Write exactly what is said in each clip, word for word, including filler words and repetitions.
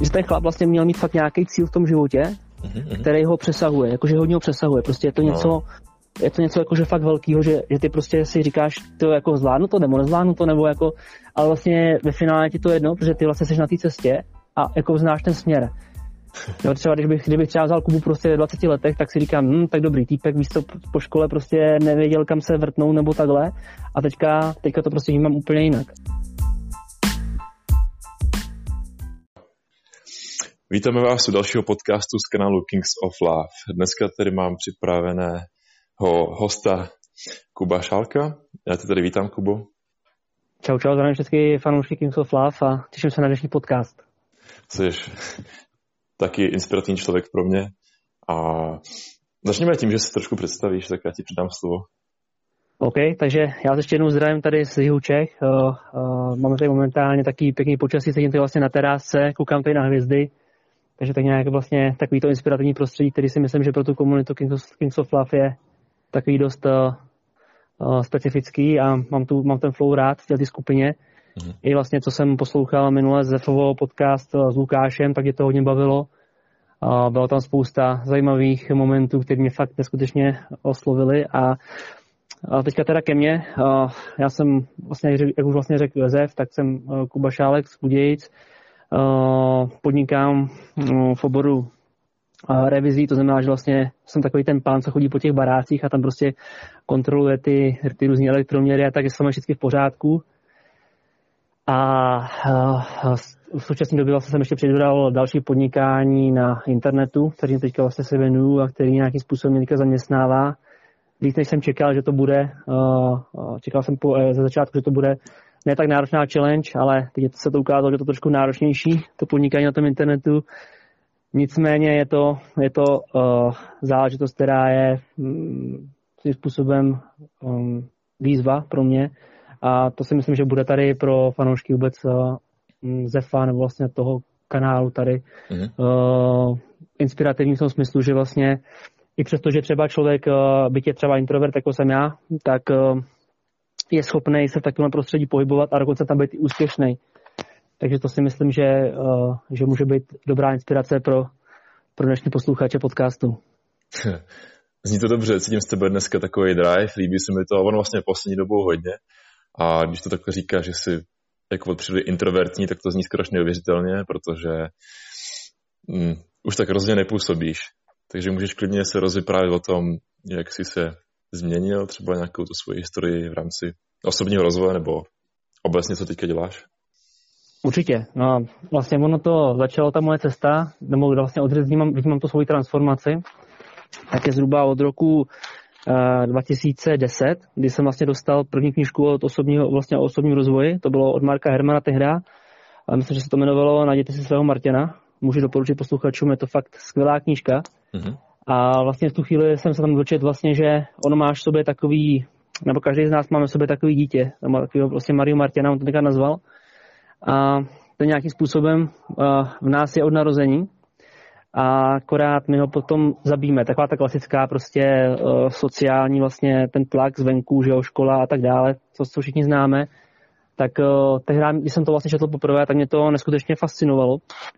že ten chlap vlastně měl mít fakt nějaký cíl v tom životě, mm-hmm. který ho přesahuje, jakože hodně ho přesahuje, prostě je to něco, no. je to něco jakože fakt velkýho, že, že ty prostě si říkáš, to jako zvládnu to nebo nezvládnu to, nebo jako, ale vlastně ve finále ti to jedno, protože ty vlastně jsi na té cestě a jako znáš ten směr. Jo, třeba když bych, kdybych třeba vzal Kubu prostě ve dvaceti letech, tak si říkám, hm, tak dobrý, týpek, víš co, po škole prostě nevěděl, kam se vrtnout nebo takhle a teďka, teďka to prostě vnímám úplně jinak. Vítáme vás u dalšího podcastu z kanálu Kings of Love. Dneska tady mám připraveného hosta Kuba Šálka. Já tě tady vítám, Kubo. Čau, čau, zdravím všechny fanoušky Kings of Love a těším se na dnešní podcast. Jsi taky inspirativní člověk pro mě. A začněme tím, že se trošku představíš, tak já ti předám slovo. OK, takže já ještě jednou zdravím tady z jihu Čech. Uh, uh, máme tady momentálně taky pěkný počasí, sedím tady vlastně na terásce, koukám tady na hvězdy. Takže tak nějak vlastně takový to inspirativní prostředí, který si myslím, že pro tu komunitu Kings of, Kings of Love je takový dost uh, uh, specifický a mám, tu, mám ten flow rád v této skupině. Mm-hmm. I vlastně, co jsem poslouchal minule Zefovo podcast uh, s Lukášem, tak mě to hodně bavilo. Uh, bylo tam spousta zajímavých momentů, které mě fakt neskutečně oslovily a a teďka teda ke mně. Uh, já jsem vlastně, jak už vlastně řekl Zef, tak jsem uh, Kuba Šálek z Budějic. Uh, podnikám uh, v oboru uh, revizí, to znamená, že vlastně jsem takový ten pán, co chodí po těch barácích a tam prostě kontroluje ty, ty různé elektroměry a tak je samozřejmě vždycky v pořádku. A uh, v současné době vlastně jsem ještě předvedal další podnikání na internetu, který teďka vlastně se věnuju a který nějakým způsobem mě teďka zaměstnává. Víc než jsem čekal, že to bude, uh, čekal jsem po, ze začátku, že to bude ne tak náročná challenge, ale teď se to ukázalo, že to trošku náročnější, to podnikání na tom internetu. Nicméně je to, je to uh, záležitost, která je um, svým způsobem um, výzva pro mě. A to si myslím, že bude tady pro fanoušky vůbec uh, Zefa nebo vlastně toho kanálu tady mm-hmm. uh, inspirativní v tom smyslu, že vlastně i přesto, že třeba člověk, uh, byť je třeba introvert, jako jsem já, tak uh, je schopný se v takovém prostředí pohybovat a dokonce tam být i úspěšný. Takže to si myslím, že, uh, že může být dobrá inspirace pro, pro dnešní posluchače podcastu. Zní to dobře, cítím z tebe dneska takový drive, líbí se mi to, on vlastně poslední dobou hodně. A když to takhle říká, že jsi jako od přírody introvertní, tak to zní skoro neuvěřitelně, protože mm, už tak rozhodně nepůsobíš. Takže můžeš klidně se rozvyprávět o tom, jak jsi se změnil, třeba nějakou tu svoji historii v rámci osobního rozvoje, nebo obecně, co teďka děláš? Určitě. No, vlastně ono to začalo, ta moje cesta, nebo vlastně odřez vnímám, vnímám to svoji transformaci, tak je zhruba od roku uh, dva tisíce deset, kdy jsem vlastně dostal první knížku od osobního, vlastně o osobním rozvoji, to bylo od Marka Hermana tehda, a myslím, že se to jmenovalo Najděte si svého Martina. Můžu doporučit posluchačům, je to fakt skvělá knížka. Mm-hmm. A vlastně v tu chvíli jsem se tam dočetl vlastně, že ono máš v sobě takový, nebo každý z nás máme v sobě takový dítě, tam takový vlastně Mariu Martina, on to teďka nazval. A ten nějakým způsobem uh, v nás je od narození a akorát my ho potom zabijeme. Taková ta klasická prostě uh, sociální vlastně ten tlak zvenku, že jo, škola a tak dále, co, co všichni známe. Tak uh, tehdy, když jsem to vlastně četl poprvé, tak mě to neskutečně fascinovalo,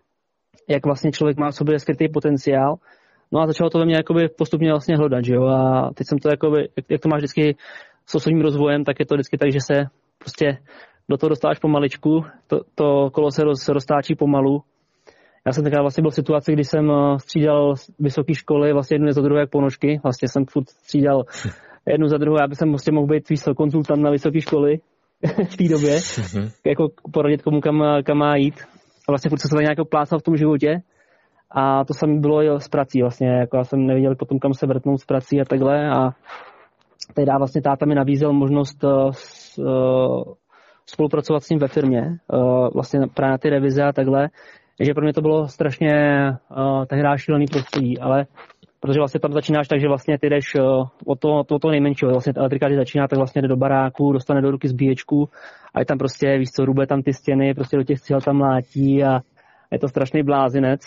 jak vlastně člověk má v sobě skrytý potenciál. No a začalo to ve mně jakoby postupně vlastně hledat, že jo, a teď jsem to jakoby, jak, jak to máš vždycky s osobním rozvojem, tak je to vždycky tak, že se prostě do toho dostáváš pomaličku, to, to kolo se, roz, se roztáčí pomalu. Já jsem tenkrát vlastně byl v situaci, kdy jsem střídal vysoké školy, vlastně jednu za druhou jak ponožky, vlastně jsem furt střídal jednu za druhou, aby jsem vlastně mohl být tvý konzultant na vysoké školy v té době, jako poradit komu kam, kam má jít. A vlastně furt se to nějak plácal v tom životě. A to samé bylo s prací vlastně, jako já jsem nevěděl potom, kam se vrtnout s prací a takhle a tehdy vlastně táta mi nabízel možnost uh, s, uh, spolupracovat s ním ve firmě, uh, vlastně právě na ty revize a takhle, takže pro mě to bylo strašně uh, tehdy šílený prostředí, ale protože vlastně tam začínáš tak, že vlastně ty jdeš uh, od toho, od toho nejmenšího, vlastně elektrika, když začíná, tak vlastně jde do baráku, dostane do ruky zbíječku a je tam prostě, víš co, rube tam ty stěny, prostě do těch cíl tam mlátí a je to strašný blázinec.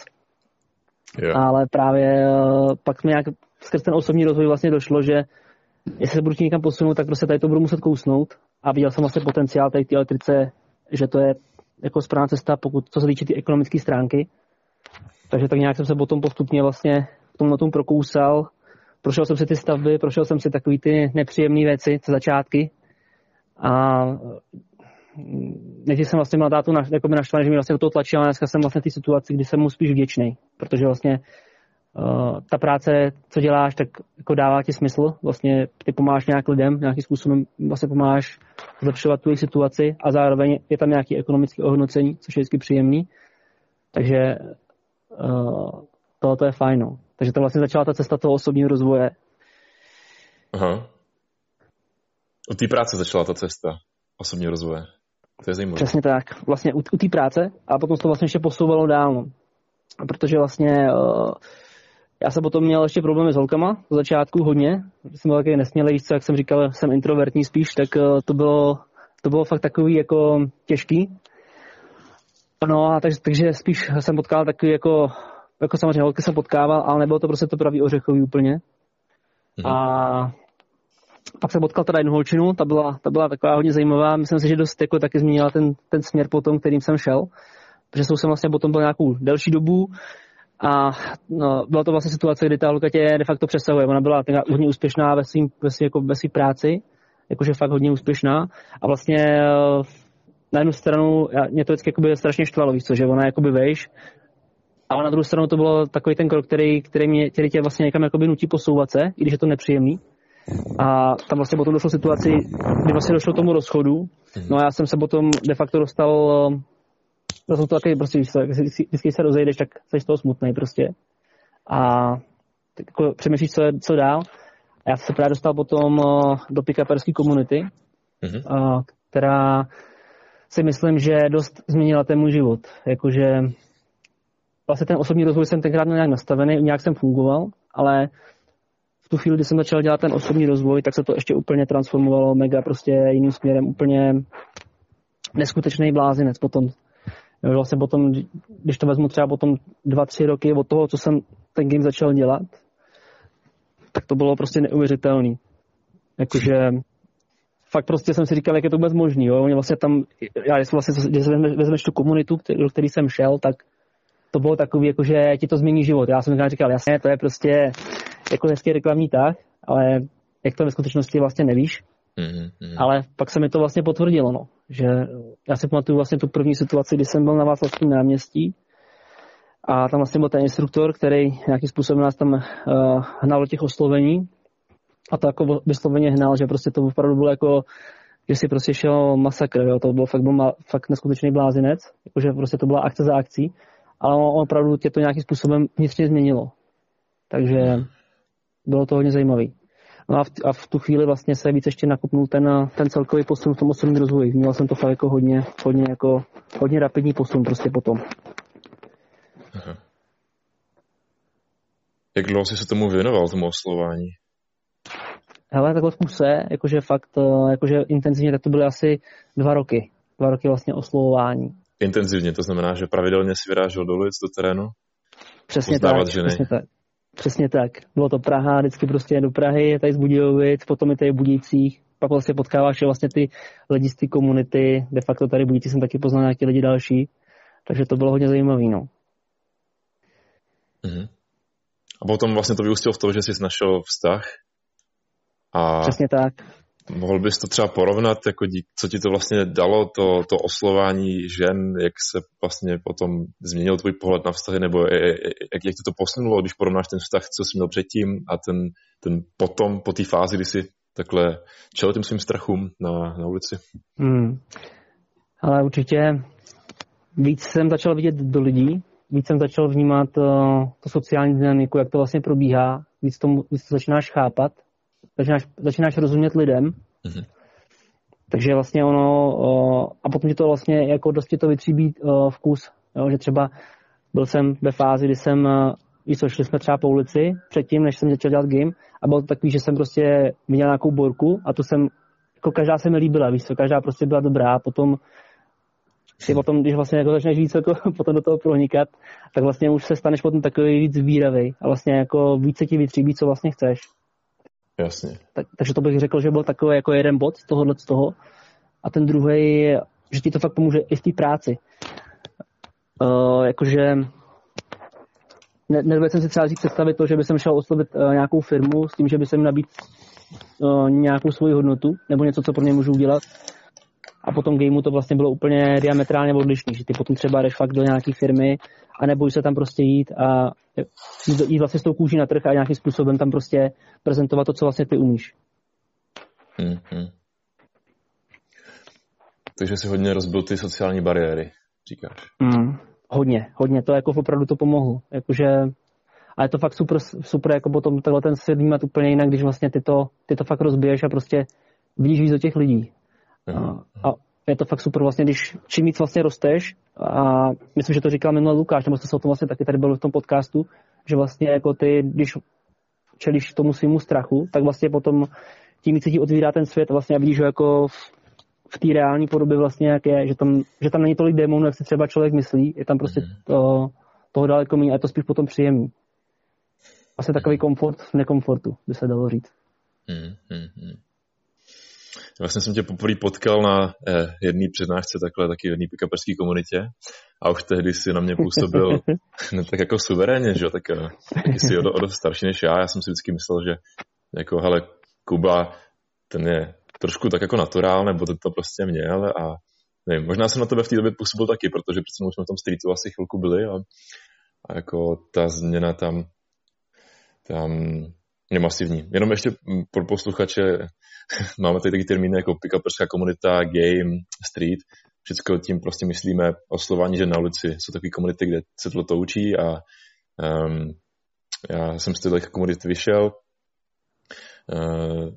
Yeah. Ale právě uh, pak mi nějak skrz ten osobní rozvoj vlastně došlo, že jestli se budu někam posunout, tak prostě tady to budu muset kousnout a viděl jsem vlastně potenciál tady té elektrice, že to je jako správná cesta, pokud co se týče ty ekonomické stránky. Takže tak nějak jsem se potom postupně vlastně v tomhle tom prokousal. Prošel jsem si ty stavby, prošel jsem si takový ty nepříjemné věci, ty začátky. A nejdřív jsem vlastně měl tátu naštvaný, že mi vlastně do toho tlačil, a dneska jsem vlastně v té situaci, kdy jsem mu spíš vděčný, protože vlastně uh, ta práce, co děláš, tak jako dává ti smysl. Vlastně ty pomáháš nějak lidem, nějakým způsobem vlastně pomáháš zlepšovat tu jejich situaci a zároveň je tam nějaké ekonomické ohodnocení, což je vždycky příjemný. Takže uh, tohle je fajn. No. Takže to vlastně začala ta cesta toho osobního rozvoje. Aha. U té práce začala ta cesta osobního rozvoje. To je zajímavé. Přesně tak. Vlastně u, u té práce a potom se to vlastně ještě posouvalo dál. No. Protože vlastně uh, já jsem potom měl ještě problémy s holkama v začátku hodně. Jsem byl takový nesmělý, jak jsem říkal, jsem introvertní spíš, tak uh, to bylo to bylo fakt takový jako těžký. No a takže, takže spíš jsem potkal takový jako, jako samozřejmě holky jsem potkával, ale nebylo to prostě to pravý ořechový úplně. Mhm. A pak jsem potkal teda jednu holčinu, ta byla, ta byla taková hodně zajímavá, myslím si, že dost jako taky změnila ten, ten směr potom, kterým jsem šel, protože jsem vlastně potom byl nějakou delší dobu a no, byla to vlastně situace, kdy ta holka tě de facto přesahuje, ona byla hodně úspěšná ve svým, ve svým, jako ve svým práci, jakože fakt hodně úspěšná a vlastně na jednu stranu mě to vždycky jakoby strašně štvalo, víš co, že ona jakoby vejš, ale na druhou stranu to bylo takový ten krok, který, který, mě, který tě vlastně někam jakoby nutí posouvat se, i když je to nepříjemný. A tam vlastně potom došlo situaci, kdy vlastně došlo tomu rozchodu. No a já jsem se potom de facto dostal, to to taky prostě, když se rozejdeš, tak jsi z toho smutnej prostě. A tak jako přemýšlíš, co, co dál. A já jsem se právě dostal potom do pick-uperské komunity, mm-hmm. která si myslím, že dost změnila ten můj život. Jakože vlastně ten osobní rozvoj jsem tenkrát měl nějak nastavený, nějak jsem fungoval, ale v tu chvíli, kdy jsem začal dělat ten osobní rozvoj, tak se to ještě úplně transformovalo mega prostě jiným směrem, úplně neskutečný blázinec potom. Jo, vlastně potom, když to vezmu třeba potom dva, tři roky od toho, co jsem ten game začal dělat, tak to bylo prostě neuvěřitelný. Jakože fakt prostě jsem si říkal, jak je to vůbec možný, jo. Oni vlastně tam, já vlastně, když vezmeš tu komunitu, do který jsem šel, tak to bylo takový, jakože ti to změní život. Já jsem říkal, jasně, to je prostě jako hezký reklamní tah, ale jak to ve skutečnosti vlastně nevíš. Mm-hmm. Ale pak se mi to vlastně potvrdilo, no. Že já si pamatuju vlastně tu první situaci, kdy jsem byl na Václavském náměstí a tam vlastně byl ten instruktor, který nějakým způsobem nás tam uh, hnal do těch oslovení a to jako vysloveně hnal, že prostě to opravdu bylo jako, že si prostě šel masakr, jo. To bylo fakt, byl ma, fakt neskutečný blázinec, jakože prostě to byla akce za akcí, ale on opravdu tě to nějakým způsobem vnitřně změnilo. Takže bylo to hodně zajímavý. No a v, a v tu chvíli vlastně se víc ještě nakupnul ten, ten celkový posun v tom osobním rozvoji. Měl jsem to fakt jako hodně, hodně, jako, hodně rapidní posun prostě potom. Aha. Jak dlouho jsi se tomu věnoval, tomu oslovování? Hele, takhle v kuse, jakože fakt, jakože intenzivně, tak to byly asi dva roky. Dva roky vlastně oslovování. Intenzivně, to znamená, že pravidelně si vyrážel do ulic, do terénu? Přesně tak, přesně tak. Přesně tak. Bylo to Praha, vždycky prostě do Prahy, tady z Budějovic, potom i tady v Budějcích. Pak vlastně potkáváš vlastně ty lidi z té komunity, de facto tady v Budějcích jsem taky poznal nějaké lidi další. Takže to bylo hodně zajímavé, no. Mhm. A potom vlastně to vyústilo v to, že jsi našel vztah. A přesně tak. Mohl bys to třeba porovnat, jako dík, co ti to vlastně dalo, to, to oslování žen, jak se vlastně potom změnil tvůj pohled na vztahy, nebo jak, jak ti to posunulo, když porovnáš ten vztah, co jsi měl předtím a ten, ten potom, po té fázi, kdy jsi takhle čelil tím svým strachům na, na ulici? Hmm. Ale určitě víc jsem začal vidět do lidí, víc jsem začal vnímat uh, to sociální dynamiku, jak to vlastně probíhá, víc, tomu, víc to začínáš chápat, začínáš, začínáš rozumět lidem, mm-hmm. takže vlastně ono, uh, a potom ti to vlastně jako dost ti to vytříbí uh, vkus, jo, že třeba byl jsem ve fázi, kdy jsem, uh, víš co, šli jsme třeba po ulici předtím, než jsem začal dělat game a bylo to takový, že jsem prostě viděl nějakou borku a tu jsem, jako každá se mi líbila, víš co, každá prostě byla dobrá a potom si potom, když vlastně jako začneš víc jako potom do toho pronikat, tak vlastně už se staneš potom takový víc zvíravej a vlastně jako víc se ti vytříbí, co vlastně chceš. Jasně. Tak, takže to bych řekl, že byl takový jako jeden bod z tohohle z toho a ten druhý, že ti to fakt pomůže i v té práci. Uh, jakože ne, nedovedl jsem si třeba říct představit to, že by jsem šel oslovit uh, nějakou firmu s tím, že by jsem nabít uh, nějakou svoji hodnotu nebo něco, co pro mě můžu udělat. A potom gameu to vlastně bylo úplně diametrálně odlišný, že ty potom třeba jdeš fakt do nějaké firmy a nebojíš se tam prostě jít a jít vlastně s tou kůží na trh a nějakým způsobem tam prostě prezentovat to, co vlastně ty umíš. Hmm, hmm. Takže si hodně rozbil ty sociální bariéry, říkáš. Mm, hodně, hodně, to jako opravdu to pomohlo. Jakože, a je to fakt super, super jako potom tenhle ten svět vnímat úplně jinak, když vlastně ty to, ty to fakt rozbiješ a prostě vidíš víc do těch lidí. A, a je to fakt super vlastně, když čím víc vlastně rosteš a myslím, že to říkal minule Lukáš, nebo jste se o tom vlastně taky tady byl v tom podcastu, že vlastně jako ty, když čelíš tomu svýmu strachu, tak vlastně potom tím víc se ti otvírá ten svět vlastně a vidíš ho jako v, v té reální podobě vlastně, jak je, že tam, že tam není tolik démonů, jak si třeba člověk myslí, je tam prostě to, toho daleko méně a je to spíš potom příjemný. Vlastně takový komfort v nekomfortu, by se dalo říct. Hmm, hmm, hmm. Vlastně jsem tě poprvé potkal na eh, jedné přednášce takhle, taky v jedné pick-uperské komunitě a už tehdy si na mě působil ne, tak jako suverénně, že jo, tak eh, taky jsi o, o dost starší než já, já jsem si vždycky myslel, že jako hele, Kuba, ten je trošku tak jako naturál, nebo to, to prostě měl a nevím, možná jsem na tebe v té době působil taky, protože přece už jsme v tom streetu asi chvilku byli a, a jako ta změna tam tam je masivní. Jenom ještě pro posluchače máme tady taky termíny jako pick-uperská komunita, game, street. Všechno tím prostě myslíme oslování žen na ulici. Jsou takové komunity, kde se tohle to učí a um, já jsem z této komunity vyšel. Uh,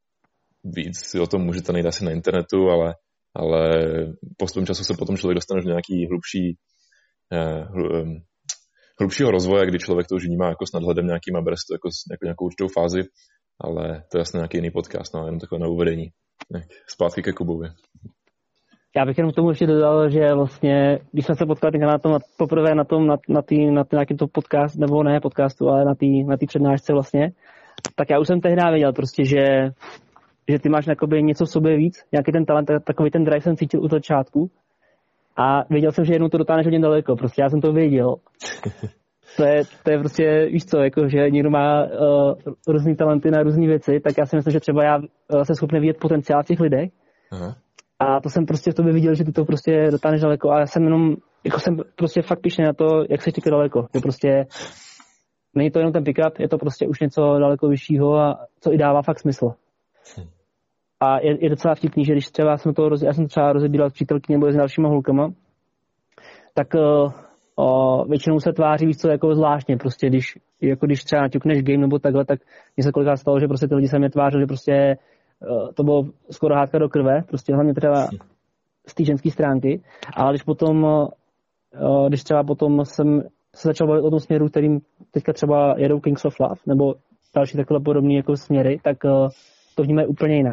víc o tom můžete najít asi na internetu, ale, ale postupem času se potom člověk dostane do nějaký hlubší uh, um, hlubšího rozvoje, kdy člověk to už vnímá jako s nadhledem nějakým a bere to jako, jako nějakou určitou fázi, ale to je jasně nějaký jiný podcast, no, jenom takové na uvedení. Zpátky ke Kubovi. Já bych jenom k tomu ještě dodal, že vlastně, když jsme se potkali na tom, poprvé na tom, na, na, tý, na tý, nějaký to podcast, nebo ne podcastu, ale na té na tý přednášce vlastně, tak já už jsem tehdy věděl prostě, že, že ty máš jakoby něco v sobě víc, nějaký ten talent, takový ten drive jsem cítil u začátku a věděl jsem, že jednou to dotáhneš hodně daleko, prostě já jsem to věděl. To je, to je prostě, víš co, jako, že někdo má uh, různý talenty na různé věci, tak já si myslím, že třeba já uh, jsem schopný vidět potenciál v těch lidech. Aha. A to jsem prostě v tobě viděl, že ty to prostě dotáhneš daleko a já jsem jenom, jako jsem prostě fakt pišný na to, jak se těka daleko. Je prostě, není to jenom ten pick-up, je to prostě už něco daleko vyššího a co i dává fakt smysl. Hm. A je, je docela vtipný, že když třeba jsem to, roz, já jsem třeba rozebíral s přítelkyní nebo s dalšíma holkama, tak uh, O, většinou se tváří, víš co, jako zvláštně, prostě když, jako když třeba naťukneš game nebo takhle, tak mně se kolikrát stalo, že prostě ty lidi se mě tvářili, že prostě uh, to bylo skoro hádka do krve, prostě hlavně třeba z té ženské stránky, ale když potom, uh, když třeba potom jsem se začal bavit o tom směru, kterým teďka třeba jedou Kings of Love, nebo další takhle podobné jako směry, tak uh, to vnímají úplně jinak.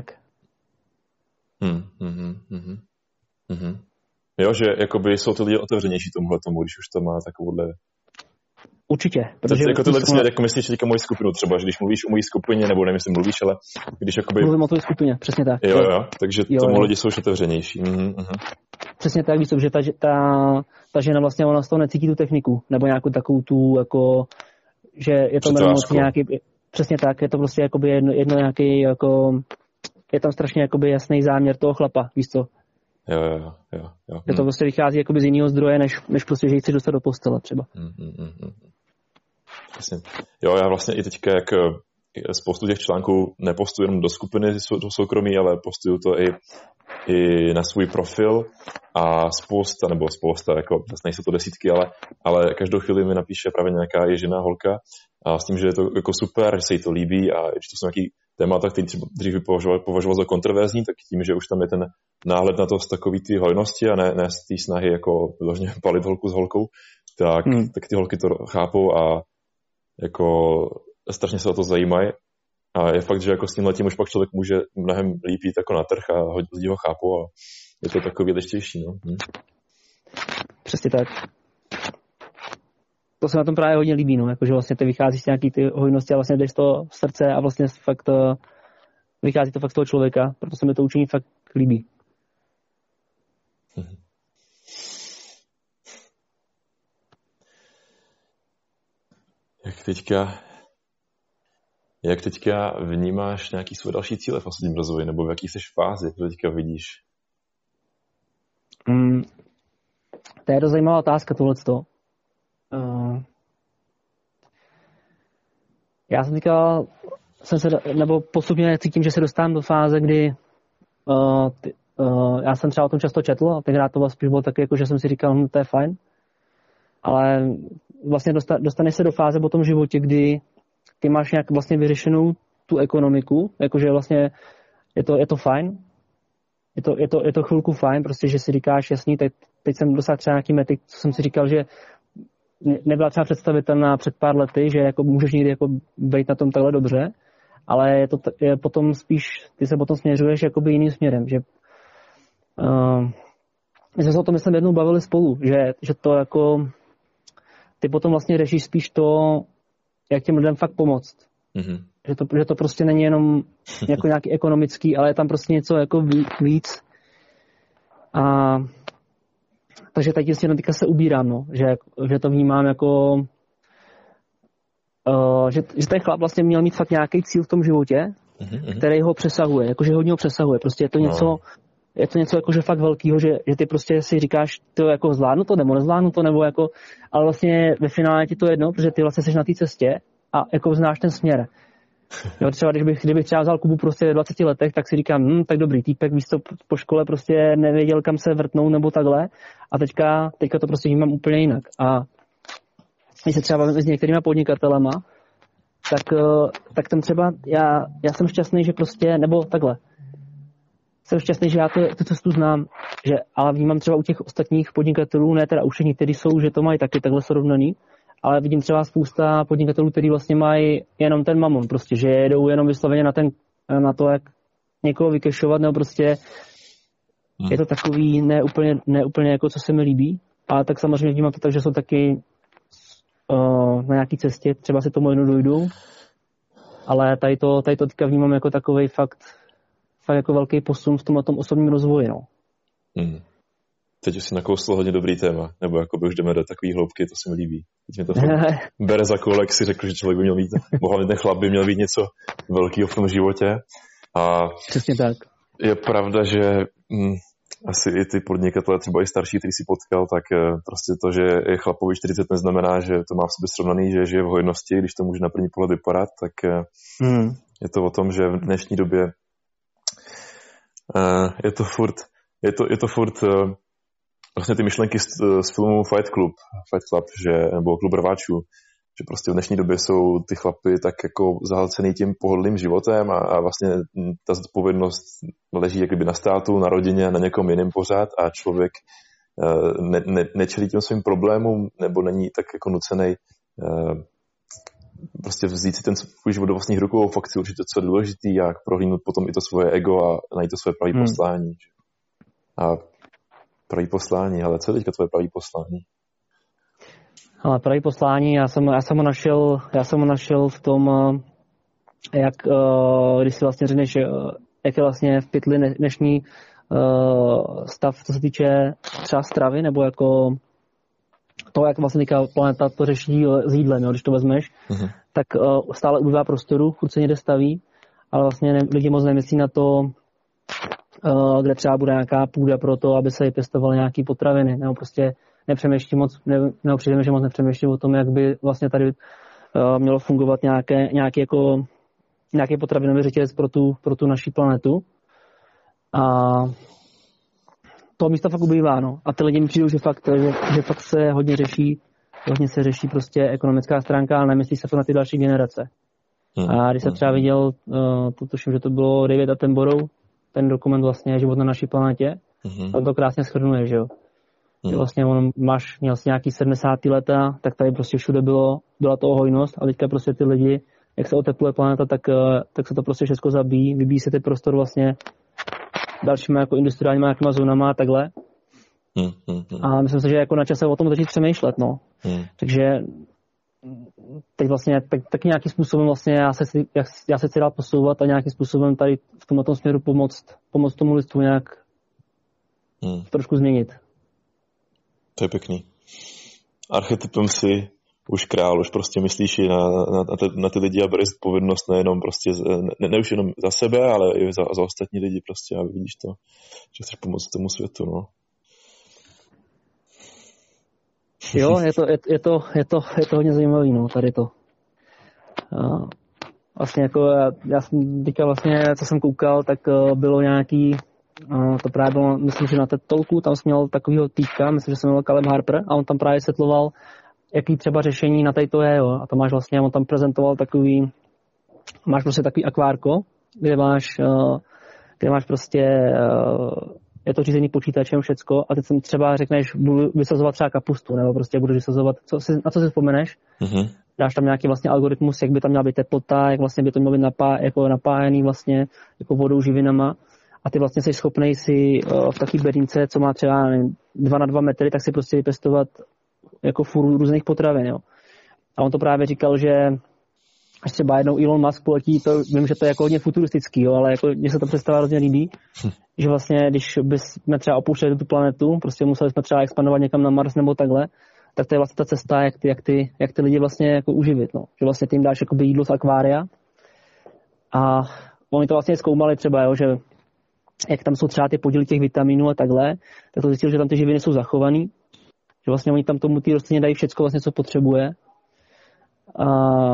Hmm, hmm, hmm, hmm. Jo, že jakoby jsou ty lidi otevřenější tomuhle tomu, když už to má takovouhle... Určitě. Protože jako tyhle směr, jako myslíš teďka moji skupinu třeba, že když mluvíš o mojí skupině, nebo nevím, jestli mluvíš, ale když jakoby... Mluvím o tvojí skupině, přesně tak. Jo, jo, takže jo, tomu jo. lidi jsou už otevřenější. Mhm, mhm. Přesně tak, víš co, že ta, ta, ta žena vlastně, ona z toho necítí tu techniku, nebo nějakou takovou tu, jako, že je to moc nějaký... Přesně tak, je to prostě jakoby jedno, jedno nějaký, jako... Je tam strašně jakoby jasný záměr toho chlapa, víš co. Jo, jo, jo, jo. Že to prostě vychází jakoby z jiného zdroje, než, než prostě, že ji chci dostat do postele třeba. Hmm, hmm, hmm. Vlastně. Jo, já vlastně i teďka, jak spoustu těch článků nepostuju jenom do skupiny do soukromí, ale postuju to i, i na svůj profil a spousta, nebo spousta, jako nejsou to desítky, ale, ale každou chvíli mi napíše právě nějaká je žena, holka a s tím, že je to jako super, že se jí to líbí a že to jsou nějaký témata, který třeba dřív by považoval, považoval za kontroverzní, tak tím, že už tam je ten náhled na to z takový ty hojnosti a ne, ne z té snahy jako vyloženě palit holku s holkou, tak, hmm. tak ty holky to chápou a jako strašně se o to zajímají. A je fakt, že jako s tím letím už pak člověk může mnohem líp jít jako na trh a lidi ho chápou a je to takový vědečtější. No. Hm. Přesně tak. To se na tom právě hodně líbí, no, jakože vlastně ty vycházíš z nějaký ty hojnosti a vlastně jdeš to v srdce a vlastně fakt vychází to fakt z toho člověka, proto se mi to učení fakt líbí. Jak teďka, jak teďka vnímáš nějaký své další cíle v osobním rozvoji, nebo v jaký jsi fázi, to teďka vidíš? Mm, to je dost zajímavá otázka, tohleto. Uh, já jsem teďka, jsem se, nebo postupně cítím, že se dostávám do fáze, kdy uh, ty, uh, já jsem třeba o tom často četl a tenkrát to vlastně bylo taky, jako, že jsem si říkal, hm, to je fajn, ale vlastně dosta, dostaneš se do fáze po tom životě, kdy ty máš nějak vlastně vyřešenou tu ekonomiku, jakože vlastně je to, je to fajn, je to, je, to, je to chvilku fajn, prostě, že si říkáš, jasný, teď, teď jsem dosáhl třeba nějaký mety, co jsem si říkal, že nebyla třeba představitelná před pár lety, že jako můžeš někdy jako být na tom takhle dobře, ale je to je potom spíš, ty se potom směřuješ jakoby jiným směrem, že uh, my jsme se o tom myslím jednou bavili spolu, že, že to jako ty potom vlastně řešíš spíš to, jak těm lidem fakt pomoct. Mm-hmm. Že, to, že to prostě není jenom jako nějaký ekonomický, ale je tam prostě něco jako víc. A takže tady s tím se ubírám, no. že, že to vnímám jako, uh, že, že ten chlap vlastně měl mít fakt nějaký cíl v tom životě, mm-hmm. který ho přesahuje, jakože hodně ho přesahuje. Prostě je to něco, no. je to něco jakože fakt velkýho, že, že ty prostě si říkáš, to jako zvládnu to, nebo nezvládnu to, nebo jako, ale vlastně ve finále ti to jedno, protože ty vlastně jsi na té cestě a jako znáš ten směr. Jo, třeba když bych, kdybych třeba vzal Kubu prostě ve dvaceti letech, tak si říkám, hm, tak dobrý, týpek víš co, po škole prostě nevěděl, kam se vrtnou nebo takhle a teďka, teďka to prostě vnímám úplně jinak. A když se třeba bavím s některýma podnikatelema, tak, tak tam třeba já, já jsem šťastný, že prostě, nebo takhle, jsem šťastný, že já to, tu cestu znám, že, ale vnímám třeba u těch ostatních podnikatelů, ne teda u všech, kteří jsou, že to mají taky takhle srovnaný, ale vidím třeba spousta podnikatelů, kteří vlastně mají jenom ten mamon, prostě, že jedou jenom vysloveně na, ten, na to, jak někoho vykešovat, nebo prostě hmm. je to takový neúplně, neúplně jako, co se mi líbí, ale tak samozřejmě vnímám to tak, že jsou taky uh, na nějaký cestě, třeba si tomu jednou dojdou, ale tady to, tady to teďka vnímám jako takovej fakt, fakt jako velký posun v tom, tom osobním rozvoji, no. Hmm. Teď už si nakousl hodně dobrý téma, nebo jakoby už jdeme do takové hloubky, to se mi líbí. Teď mi to bere za kolek, si řekl, že člověk by měl mít, mohla ten chlap by měl mít něco velkého v tom životě. A přesně tak. Je pravda, že hm, asi i ty podnikatelé, třeba i starší, který si potkal, tak prostě to, že je chlapovi čtyřicet, neznamená, že to má v sobě srovnaný, že žije v hojnosti, když to může na první pohled vypadat, tak hmm. je to o tom, že v dnešní době uh, je to furt, je to, je to furt uh, vlastně ty myšlenky z, z filmu Fight Club, Fight Club, že, nebo Klub rváčů, že prostě v dnešní době jsou ty chlapy tak jako zahlcený tím pohodlným životem a, a vlastně ta zodpovědnost leží jakoby na státu, na rodině, na někom jiném pořád a člověk ne, ne, nečelí těm svým problémům nebo není tak jako nucený prostě vzít si ten svůj život do vlastních rukou, fakt si určitě, co je důležitý, jak prohlídnout potom i to svoje ego a najít to svoje pravý hmm. poslání. A pravý poslání, ale co je teďka tvoje pravý poslání? Ale pravý poslání, já jsem, já jsem ho našel, já jsem ho našel v tom, jak, když si vlastně řekneš, jak je vlastně v pytli dnešní stav, co se týče třeba stravy, nebo jako to, jak vlastně teďka planeta to řeší s jídlem, jo, když to vezmeš, uh-huh. tak stále ubývá prostoru, furt se někde staví, ale vlastně ne, lidi moc nemyslí na to, kde třeba bude nějaká půda pro to, aby se pěstovaly nějaké potraviny, nebo prostě nepřemýšlí moc, ne, nebo přijdeme, že moc nepřemýšlí o tom, jak by vlastně tady uh, mělo fungovat nějaké, nějaký, jako, nějaký potravinový řetězec pro tu, pro tu naši planetu. A toho místa fakt ubývá, no. A ty lidi mi přijdou, že fakt, že, že fakt se hodně řeší, hodně se řeší prostě ekonomická stránka, ale nemyslí se to na ty další generace. Hmm. A když jsem třeba viděl, uh, to tuším, že to bylo David Attenborough, ten dokument vlastně Život na naší planetě, hmm. tam to krásně shrnuje, že jo. Hmm. Že vlastně on máš, měl si nějaký sedmdesátá léta, tak tady prostě všude bylo, byla toho hojnost a teďka prostě ty lidi, jak se otepluje planeta, tak, tak se to prostě všechno zabíjí, vybíjí se ty prostor vlastně dalšíma jako industriálníma nějakýma zónama a takhle. Hmm, hmm, hmm. A myslím si, že jako na čase o tom začít přemýšlet, no. Hmm. Takže teď vlastně tak, tak nějakým způsobem vlastně já se, já, já se chci dál posouvat a nějakým způsobem tady v tomto směru pomoct, pomoct tomu lidstvu nějak hmm. trošku změnit. To je pěkný. Archetypem si už král, už prostě myslíš i na, na, na, ty, na ty lidi a bereš odpovědnost nejenom prostě, ne, ne už jenom za sebe, ale i za, za ostatní lidi prostě a vidíš to, že chceš pomoct tomu světu, no. Jo, je to, je, je to, je to, je to hodně zajímavý, no, tady to. A vlastně jako, já, já jsem teďka vlastně, co jsem koukal, tak bylo nějaký, to právě bylo, myslím, že na té tolku, tam jsem měl takovýho týpka, myslím, že jsem měl Caleb Harper a on tam právě světloval, jaký třeba řešení na této je, jo. A to máš vlastně, on tam prezentoval takový, máš prostě takový akvárko, kde máš, kde máš prostě, je to řízený počítačem všecko a teď jsem třeba řekneš, budu vysazovat třeba kapustu, nebo prostě budu vysazovat, co si, na co si vzpomeneš? Mm-hmm. Dáš tam nějaký vlastně algoritmus, jak by tam měla být teplota, jak vlastně by to mělo být napá, jako napájený vlastně jako vodou, živinama. A ty vlastně jsi schopnej si uh, v takové bedínce, co má třeba nevím, dva na dva metry, tak si prostě vypěstovat jako furu různých potravin, jo. A on to právě říkal, že až třeba jednou Elon Musk poletí, to vím, že to je jako hodně futuristický, jo, ale jako mně se to představa hrozně líbí, hm. že vlastně, když bychom třeba opouštěli tu planetu, prostě museli jsme třeba expandovat někam na Mars nebo takhle, tak to je vlastně ta cesta, jak ty, jak ty, jak ty lidi vlastně jako uživit, no. Že vlastně ty jim dáš jakoby jídlo z akvária a oni to vlastně zkoumali třeba, jo, že jak tam jsou třeba ty podíly těch vitaminů a takhle, tak to zjistili, že tam ty živiny jsou zachovaný, že vlastně oni tam tomu ty rostlině dají všecko vlastně, co potřebuje. A,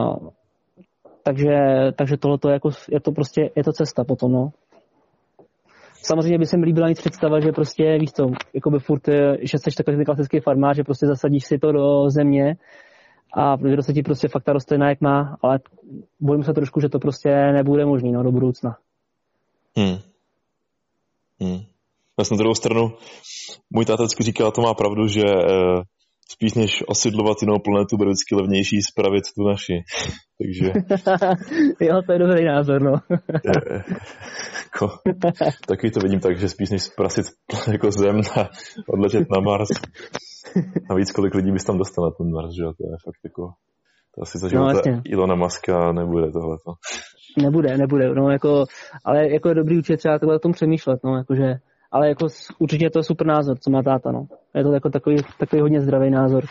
takže, takže tohle je, jako, je to prostě, je to cesta potom, no. Samozřejmě by se mi líbila nic představa, že prostě, víš co, jakoby furt, že jsi takový klasický farmář, že prostě zasadíš si to do země a vyroste ti prostě fakt ta rostlina, jak má, ale bojím se trošku, že to prostě nebude možný, no, do budoucna. Hmm. Hmm. Já jsem na druhou stranu, můj táta vždycky říkal, to má pravdu, že eh, spíš než osidlovat jinou planetu, bude vždycky levnější spravit tu naši. Takže... jo, to je dobrý názor, no. je, jako, taky to vidím tak, že spíš než zprasit jako zem a odletět na Mars. A víc, kolik lidí bys tam dostal na ten Mars, že jo, to je fakt jako... To asi za života no, Ilona Muska nebude tohleto. Nebude, nebude, no jako, ale jako je dobrý určitě třeba takhle o tom přemýšlet, no jakože, ale jako určitě to je super názor, co má táta, no. Je to jako takový, takový hodně zdravý názor.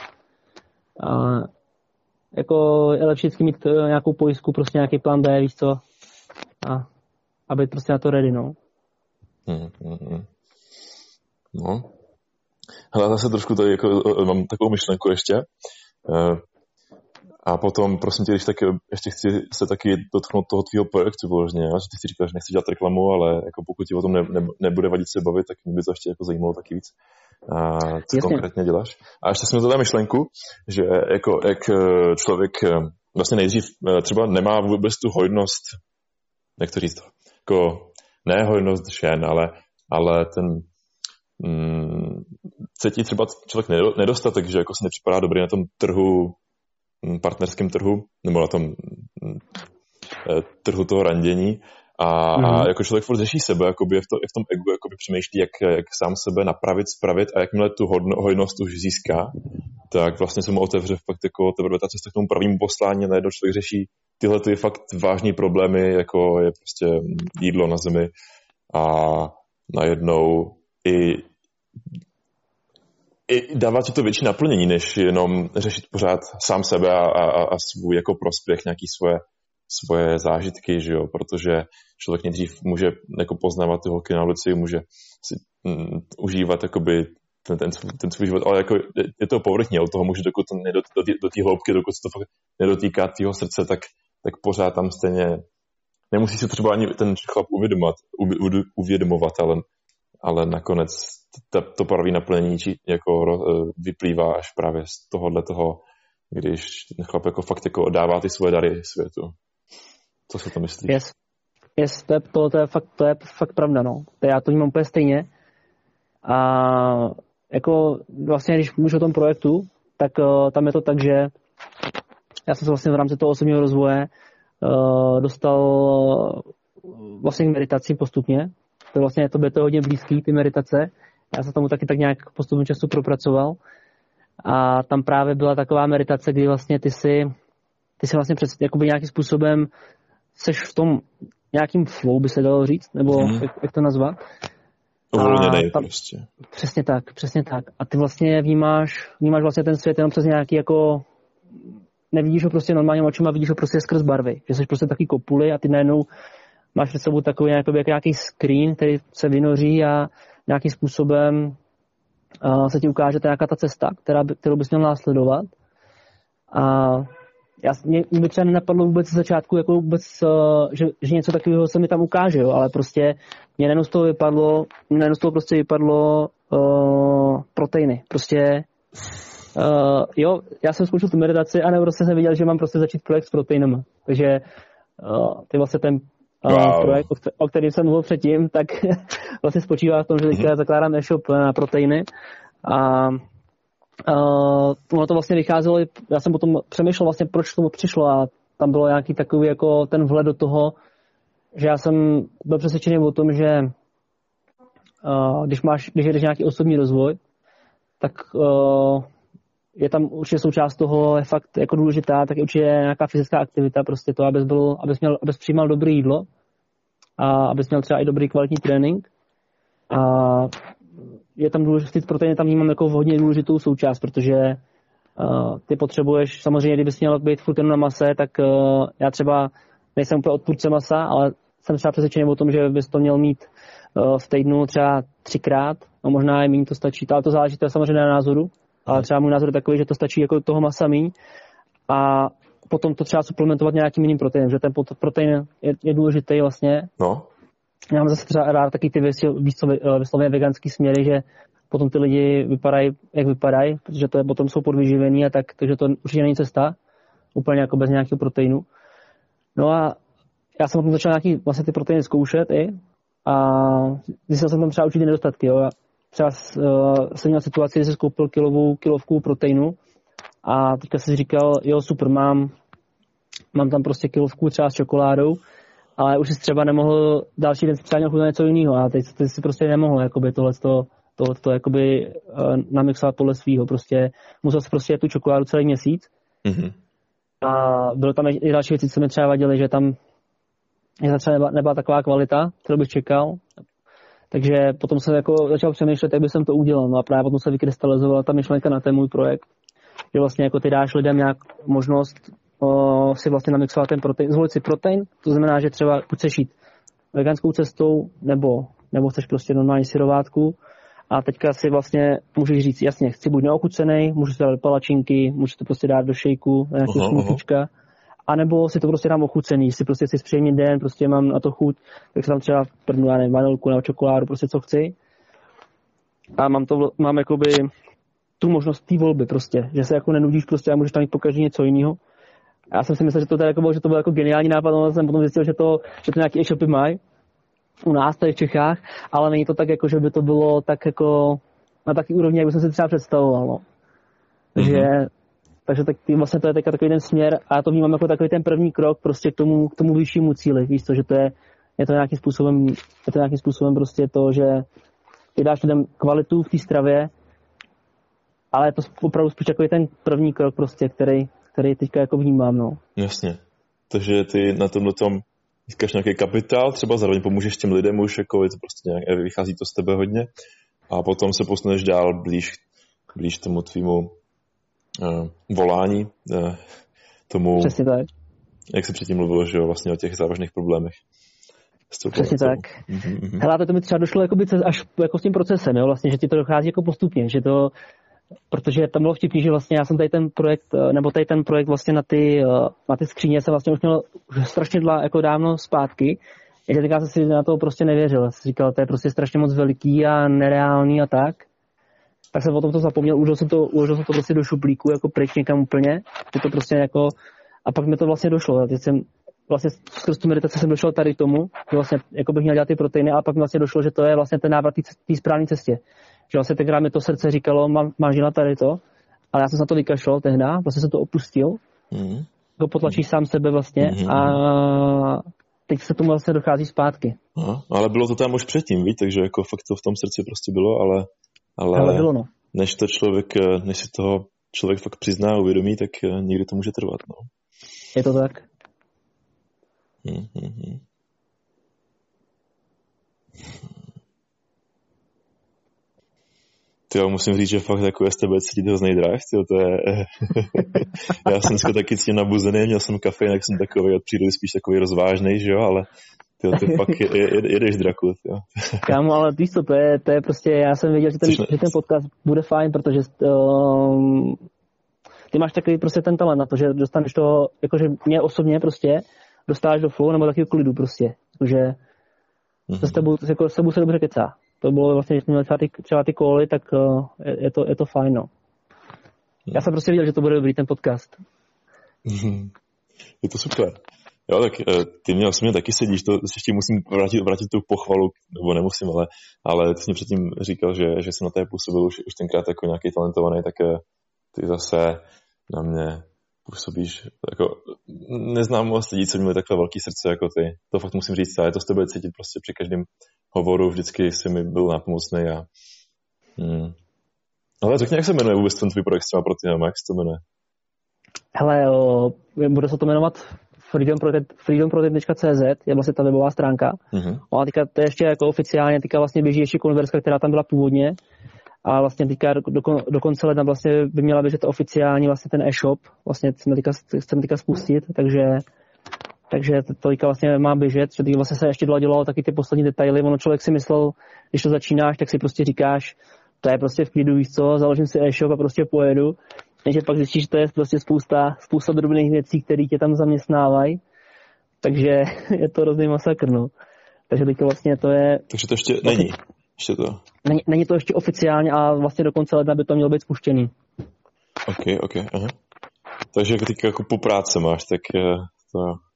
A jako je lepší vždycky mít nějakou pojistku, prostě nějaký plán B, víš co, a, a být prostě na to ready, no. Hmm, hmm, hmm. No. Hele, zase trošku tady jako, mám takovou myšlenku ještě. Uh, A potom, prosím tě, když taky, ještě chci se taky dotknout toho tvýho projektu vložně, že ty si říkáš, že nechci dělat reklamu, ale jako pokud ti o tom ne, ne, nebude vadit se bavit, tak mě by to ještě jako zajímalo taky víc, a co Jasně. konkrétně děláš. A ještě jsem měl myšlenku, že jako, jak člověk vlastně nejdřív třeba nemá vůbec tu hojnost, jak to říct, jako ne hojnost žen, ale, ale ten mm, cítí třeba člověk nedostatek, že jako si nepřipadá dobrý na tom trhu, partnerském trhu, nebo na tom trhu toho randění a, mm. a jako člověk furt řeší sebe, jakoby je v, to, je v tom egu jakoby přemýšlí, jak, jak sám sebe napravit, spravit a jakmile tu hodno, hojnost už získá, tak vlastně se mu otevře fakt jako teprve ta cesta k tomu pravému poslání a najednou člověk řeší tyhle ty fakt vážný problémy, jako je prostě jídlo na zemi a najednou i I dává ti to větší naplnění, než jenom řešit pořád sám sebe a, a, a svůj jako prospěch, nějaký svoje, svoje zážitky, že jo, protože člověk nejdřív může jako poznávat ty holky na ulici, může si mm, užívat jakoby ten, ten, ten svůj život, ale jako je, je to povrchní, ale toho může, dokud to nedot, do, do té hloubky, dokud se to fakt nedotýká tvýho srdce, tak, tak pořád tam stejně nemusí si třeba ani ten chlap uvědomovat, uvědomovat ale, ale nakonec To, to pravé naplnění jako vyplývá až právě z tohohle toho, když ten chlap jako fakt jako dává ty svoje dary světu. Co si to myslíš? Yes. Yes, to, je, to, to, je fakt, to je fakt pravda, no. To já to vnímám úplně stejně. A jako vlastně, když mluvíš o tom projektu, tak uh, tam je to tak, že já jsem se vlastně v rámci toho osobního rozvoje uh, dostal uh, vlastně k meditacím postupně. To vlastně to bude to hodně blízký, ty meditace. Já jsem tomu taky tak nějak postupem času propracoval. A tam právě byla taková meditace, kdy vlastně ty si, ty si vlastně před, jakoby nějakým způsobem seš v tom nějakým flow, by se dalo říct, nebo mm. jak, jak to nazvat. Uvolněnej prostě. Přesně tak, přesně tak. A ty vlastně vnímáš, vnímáš vlastně ten svět jenom přes nějaký jako nevidíš ho prostě normálně očima, vidíš ho prostě skrz barvy. Že jsi prostě taky kopuly a ty najednou máš před sebou takový jako nějaký screen, který se vynoří a nějakým způsobem uh, se ti ukáže nějaká ta cesta, která by, kterou bys měl následovat. A já, mě, mě by třeba nenapadlo vůbec z začátku, jako vůbec, uh, že, že něco takového se mi tam ukáže, jo, ale prostě mě najednou z toho vypadlo, mě najednou z toho prostě vypadlo uh, proteiny. Prostě uh, jo, já jsem zkoušel tu meditaci a nebo prostě jsem viděl, že mám prostě začít projekt s proteinama. Takže uh, ty vlastně ten uh, wow. projekt, o kterém jsem mluvil předtím, tak vlastně spočívá v tom, že teďka zakládám e-shop na proteiny a Uh, ono to vlastně vycházelo, já jsem potom přemýšlel vlastně, proč tomu přišlo a tam bylo nějaký takový jako ten vhled do toho, že já jsem byl přesvědčený o tom, že uh, když máš, když jedeš nějaký osobní rozvoj, tak uh, je tam určitě součást toho, je fakt jako důležitá, tak je určitě nějaká fyzická aktivita, prostě to, abys, byl, abys, měl, abys přijímal dobré jídlo a abys měl třeba i dobrý kvalitní trénink. A je tam důležitý, proteiny tam vnímám jako hodně důležitou součást, protože uh, ty potřebuješ, samozřejmě, kdybys měl být furt na mase, tak uh, já třeba nejsem úplně odpůrce masa, ale jsem třeba přesvědčený o tom, že bys to měl mít uh, v týdnu třeba třikrát, no možná i méně to stačí, ale to záleží, to je samozřejmě na názoru, ale třeba můj názor je takový, že to stačí jako toho masa míň a potom to třeba suplementovat nějakým jiným proteinem, že ten protein je, je důležitý vlastně. No. Já mám zase třeba rád taky ty vyslovně veganský směry, že potom ty lidi vypadají, jak vypadají, protože to je, potom jsou podvyživení a tak, takže to určitě není cesta, úplně jako bez nějakého proteinu. No a já jsem potom začal nějaký vlastně ty proteiny zkoušet i a zjistil jsem tam třeba určitě nedostatky. Jo. Třeba uh, jsem měl situaci, kdy jsem koupil kilovou, kilovku proteinu a teďka jsem si říkal, jo super, mám, mám tam prostě kilovku třeba s čokoládou, ale už jsi třeba nemohl, další den si třeba měl chuť na něco jiného a teď, teď si prostě nemohl jakoby tohleto, tohleto jakoby uh, namixovat podle svýho, prostě musel jsi prostě tu čokoládu celý měsíc. Mm-hmm. A bylo tam i další věci, co mi třeba vadily, že tam že třeba nebyla, nebyla taková kvalita, kterou bych čekal. Takže potom jsem jako začal přemýšlet, jak bych to udělal. No a právě potom se vykrystalizovala ta myšlenka na ten můj projekt, že vlastně jako ty dáš lidem nějak možnost o, si vlastně namixovat ten protein, zvolit si protein, to znamená, že třeba chceš jít veganskou cestou, nebo, nebo chceš prostě normální syrovátku a teďka si vlastně můžeš říct, jasně, chci buď neochucenej, můžu si dát palačinky, můžu to prostě dát do šejku, nějaký smutíčka, a nebo si to prostě dám ochucený, si prostě si zpříjemný den, prostě mám na to chuť, tak si tam třeba prdnu, já nevím, vanilku nebo čokoládu, prostě co chci. A mám to, mám jakoby tu možnost té volby prostě, že se jako nenudíš prostě a můžeš tam mít pokaždé něco jiného. Já jsem si myslel, že to, jako bylo, že to byl jako geniální nápad, ale jsem potom zjistil, že to, že to nějaký e-shopy mají u nás tady v Čechách, ale není to tak jako, že by to bylo tak jako na taký úrovni, jak bych si třeba představoval. No. Takže, mm-hmm. takže tak, vlastně to je takový ten směr a já to vnímám jako takový ten první krok prostě k tomu, k tomu vyššímu cíli. Víš to, že to je, je to nějakým způsobem, je to nějakým způsobem prostě to, že ty dáš lidem kvalitu v té stravě, ale je to opravdu spíš takový ten první krok prostě, který, který teďka jako vnímám, no. Jasně. Takže ty na tomhle tom získáš nějaký kapitál, třeba zároveň pomůžeš těm lidem už, jako je to prostě nějak, vychází to z tebe hodně a potom se posuneš dál blíž, blíž tomu tvýmu uh, volání, uh, tomu, přesně tak. Jak jsi předtím mluvil, že jo, vlastně o těch závažných problémech. Přesně tak. Mm-hmm. Hele, to mi třeba došlo jakoby až jako s tím procesem, jo, vlastně, že ti to dochází jako postupně, že to, protože tam bylo vtipný, že vlastně já jsem tady ten projekt, nebo tady ten projekt vlastně na ty, na ty skříně jsem vlastně už měl už strašně dla, jako dávno zpátky, takže teďka jsem si na to prostě nevěřil, jsem si říkal, to je prostě strašně moc veliký a nereálný a tak, tak jsem o tom to zapomněl, uložil jsem to, uložil jsem to prostě do šuplíku, jako pryč někam úplně, že to prostě jako, a pak mi to vlastně došlo, teď jsem vlastně skrz tu meditaci jsem došel tady k tomu, že vlastně jako bych měl dělat ty proteiny, a pak mi vlastně došlo, že to je vlastně ten návrat té správné cestě. Že vlastně tenkrát mi to srdce říkalo, mám, máš dělat tady to, ale já jsem se na to vykašlal tehda, vlastně jsem to opustil, mm. to potlačíš sám sebe vlastně mm. a teď se tomu vlastně dochází zpátky. Aha, ale bylo to tam už předtím, víš, takže jako fakt to v tom srdci prostě bylo, ale, ale, ale bylo, no. než to člověk, než si toho člověk fakt přizná a uvědomí, tak někdy to může trvat, no. Je to tak. Mm-hmm. Ty jo, musím říct, že fakt jako S T B cítit hrozný drive, tyjo, to je... Já jsem dneska taky cítil nabuzený, měl jsem kafein, tak jsem takový od přírody spíš takový rozvážnej, že jo, ale tyjo, ty fakt je, je, jedeš draku, jo. Kámo, ale víš co, to je, to je prostě, já jsem věděl, že ten, že ten podcast bude fajn, protože um, ty máš takový prostě ten talent na to, že dostaneš to, jakože mě osobně prostě dostáváš do flow nebo takového klidu prostě, jakože mm-hmm. s tebou, jako, s tebou se dobře kecá. To bylo vlastně, že jsme měli třeba ty, třeba ty koly, tak uh, je, je, to, je to fajn, no. Já jsem prostě viděl, že to bude dobrý ten podcast. Je to super. Jo, tak ty mě vlastně taky sedíš, to ještě musím vrátit, vrátit tu pochvalu, nebo nemusím, ale, ale ty jsi mě předtím říkal, že, že jsem na té působil už, už tenkrát jako nějaký talentovaný, tak ty zase na mě působíš, jako neznám moc lidí, co měli takhle velký srdce jako ty. To fakt musím říct, ale to s tebe cítit prostě při každém hovoru, vždycky jsi mi byl nápomocný a hmm. Ale řekni, jak se jmenuje vůbec ten tvůj projekt třeba pro ty, jak se to jmenuje? Hele, o, bude se to jmenovat freedom project tečka cé zet, je vlastně ta webová stránka. Mm-hmm. A teďka to je ještě jako oficiálně, teďka vlastně běží ještě konverska, která tam byla původně. A vlastně teďka do, do, do konce ledna vlastně by měla běžet oficiálně vlastně ten e-shop. Vlastně chceme teďka, chceme teďka spustit, takže takže to teďka vlastně má běžet, že teďka vlastně se ještě doladilo taky ty poslední detaily. Ono člověk si myslel, když to začínáš, tak si prostě říkáš, to je prostě v klidu, víš co, založím si e-shop a prostě pojedu. Takže pak zjistíš, že to je prostě spousta, spousta drobných věcí, které tě tam zaměstnávají. Takže je to hrozný masakr, no. Takže teďka vlastně to je... Takže to ještě není. Ještě to. Není, není to ještě oficiálně a vlastně do konce ledna by to mělo být spuštěný. Ok, ok, aha. Takže teďka jako po práci máš, tak to...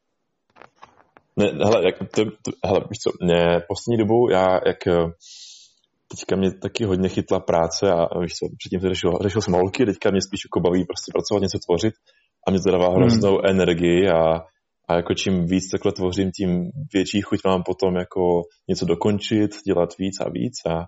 Ne, hele, jak, to, to, hele, víš co, mě poslední dobou, já, jak teďka mě taky hodně chytla práce a víš co, předtím to řešil, řešil jsem holky, teďka mě spíš jako baví prostě pracovat, něco tvořit a mě to dává hroznou hmm. energii a, a jako čím víc takhle tvořím, tím větší chuť mám potom jako něco dokončit, dělat víc a víc a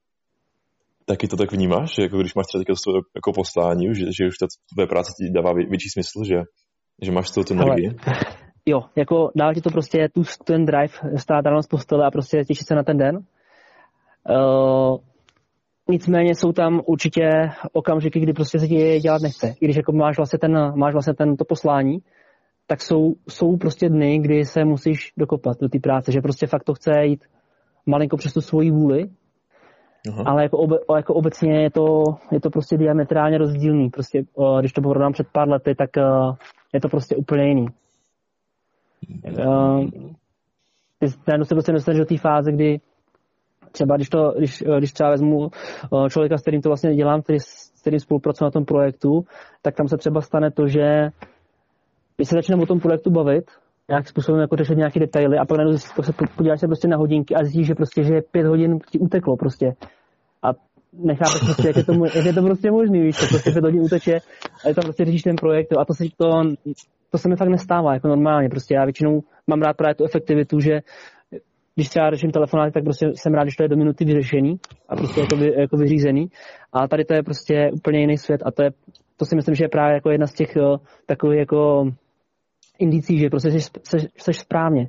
taky to tak vnímáš, že jako když máš třeba to jako poslání, že, že už ta tvoje práce ti dává vě, větší smysl, že, že máš tu energii. Jo, jako dává ti to prostě tu, ten drive, stát ráno z postele a prostě těšit se na ten den. Uh, nicméně jsou tam určitě okamžiky, kdy prostě se ti dělat nechce. I když jako máš vlastně ten, máš vlastně ten to poslání, tak jsou, jsou prostě dny, kdy se musíš dokopat do té práce, že prostě fakt to chce jít malinko přes tu svoji vůli, uh-huh. ale jako, obe, jako obecně je to, je to prostě diametrálně rozdílný. Prostě, uh, když to porovnám před pár lety, tak uh, je to prostě úplně jiný. Uh, ty se prostě dostaneš do té fáze, kdy třeba když, to, když, když třeba vezmu uh, člověka, s kterým to vlastně dělám, který, s kterým spolupracuji na tom projektu, tak tam se třeba stane to, že když se začneme o tom projektu bavit, nějakým způsobem jako řešit nějaké detaily a pak najednou se podíváš se prostě na hodinky a zjistíš, že prostě, že pět hodin ti uteklo prostě. A nechápeš prostě, jak je to, jak je to prostě možný, víš, to prostě pět hodin uteče a tam prostě řešíš ten projekt a to se to, to se mi fakt nestává jako normálně, prostě já většinou mám rád právě tu efektivitu, že když třeba řeším telefonáty, tak prostě jsem rád, když to je do minuty vyřešený a prostě jako, vy, jako vyřízený. A tady to je prostě úplně jiný svět a to je, to si myslím, že je právě jako jedna z těch uh, takových jako indicí, že prostě jsi, jsi, jsi správně.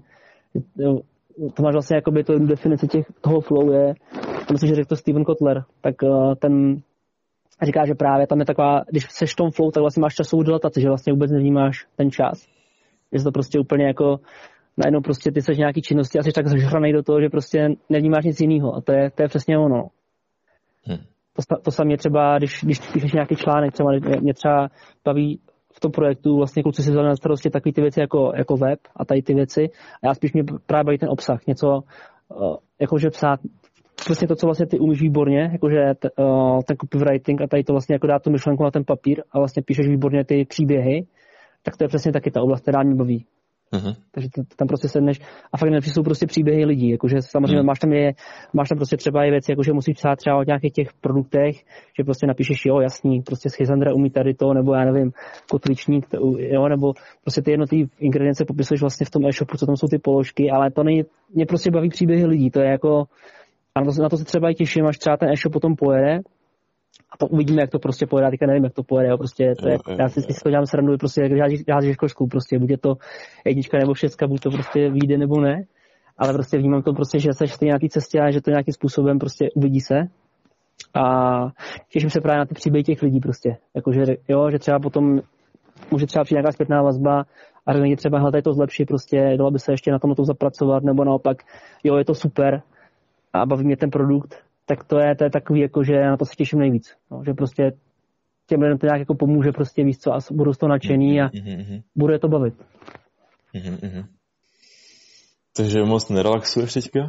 To máš vlastně jakoby to definici těch, toho flow je, to myslím, že řekl to Steven Kotler, tak uh, ten říká, že právě tam je taková, když seš v tom flow, tak vlastně máš časovou dilataci, že vlastně vůbec nevnímáš ten čas. Je to prostě úplně jako najednou prostě ty seš nějaký činnosti a jsi tak zažranej do toho, že prostě nevnímáš nic jiného. A to je, to je přesně ono. Hmm. To, to samé třeba, když, když píšeš nějaký článek, třeba mě třeba baví v tom projektu, vlastně kluci si vzali na starosti takové ty věci jako, jako web a tady ty věci. A já spíš mě právě baví ten obsah, něco, jakože psát, prostě to, co vlastně ty umíš výborně, jakože t, ten copywriting a tady to vlastně jako dát tu myšlenku na ten papír a vlastně píšeš výborně ty příběhy, tak to je přesně taky ta oblast, která mě baví. Uh-huh. Takže t- tam prostě sedneš a fakt nejlepší jsou prostě příběhy lidí, jakože samozřejmě uh-huh. máš tam je, máš tam prostě třeba i věci, jakože musíš psát třeba o nějakých těch produktech, že prostě napíšeš, jo, jasný, prostě Schizandra umí tady to, nebo já nevím, kotličník, to, jo, nebo prostě ty jednotlivé ingredience popisuješ vlastně v tom e-shopu, co tam jsou ty položky, ale to nej, mě prostě baví příběhy lidí, to je jako, a na to, na to se třeba i těším, až třeba ten e-shop potom pojede. A to uvidíme, jak to prostě pojede, teďka nevím, jak to pojede, jo, prostě, to je, já si, si to dělám srandu, prostě, jak házíš školskou, prostě, buď je to jednička nebo šestka, buď to prostě vyjde nebo ne, ale prostě vnímám to prostě, že jsi v té nějaké cestě a že to nějakým způsobem prostě uvidí se A těším se právě na ty příběhy těch lidí prostě. Jakože, jo, že třeba potom může třeba přijít nějaká zpětná vazba a řekne třeba, hele, tady to zlepší, prostě dalo by se ještě na tom to zapracovat, nebo naopak, jo, je to super a baví mě ten produkt, tak to je, to je takový, jako, že na to se těším nejvíc. No, že prostě těm lidem to nějak jako pomůže, prostě víc co a budou z toho nadšený a mm-hmm. bude je to bavit. Mm-hmm. Takže moc nerelaxuješ teďka?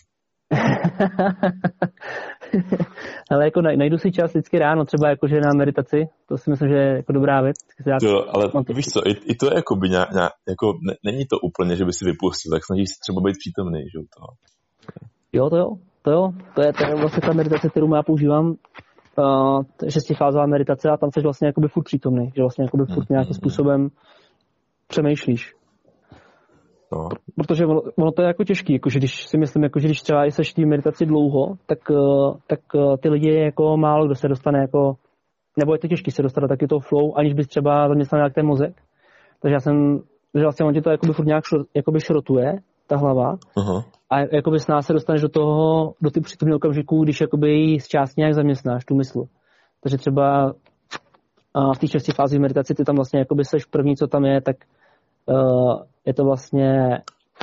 Ale jako najdu si čas vždycky ráno, třeba jakože na meditaci, to si myslím, že je jako dobrá věc. Jo, ale víš co, i, i to je jako by nějak, nějak jako ne, není to úplně, že by si vypustil, tak snažíš se třeba být přítomný, že jo, toho. Jo, to jo, to jo, to je, to je vlastně ta meditace, kterou já používám, uh, šestifázová meditace a tam jsi vlastně jakoby furt přítomný, že vlastně jakoby furt nějakým způsobem přemýšlíš. No. Protože ono, ono to je jako těžký, jakože když si myslím, jakože když třeba seš v té meditaci dlouho, tak, tak ty lidi jako málo kdo se dostane jako, nebo je to těžký se dostat do taky toho flow, aniž bys třeba zaměstnal nějak ten mozek. Takže já jsem, že vlastně on ti to jakoby furt nějak šro, jakoby šrotuje, ta hlava, uh-huh. a jakoby s nás se dostaneš do toho, do ty přítomného okamžiku, když jakoby ji z části nějak zaměstnáš, tu mysl. Takže třeba v té šestifázové meditaci ty tam vlastně jakoby seš první, co tam je, tak Uh, je to vlastně,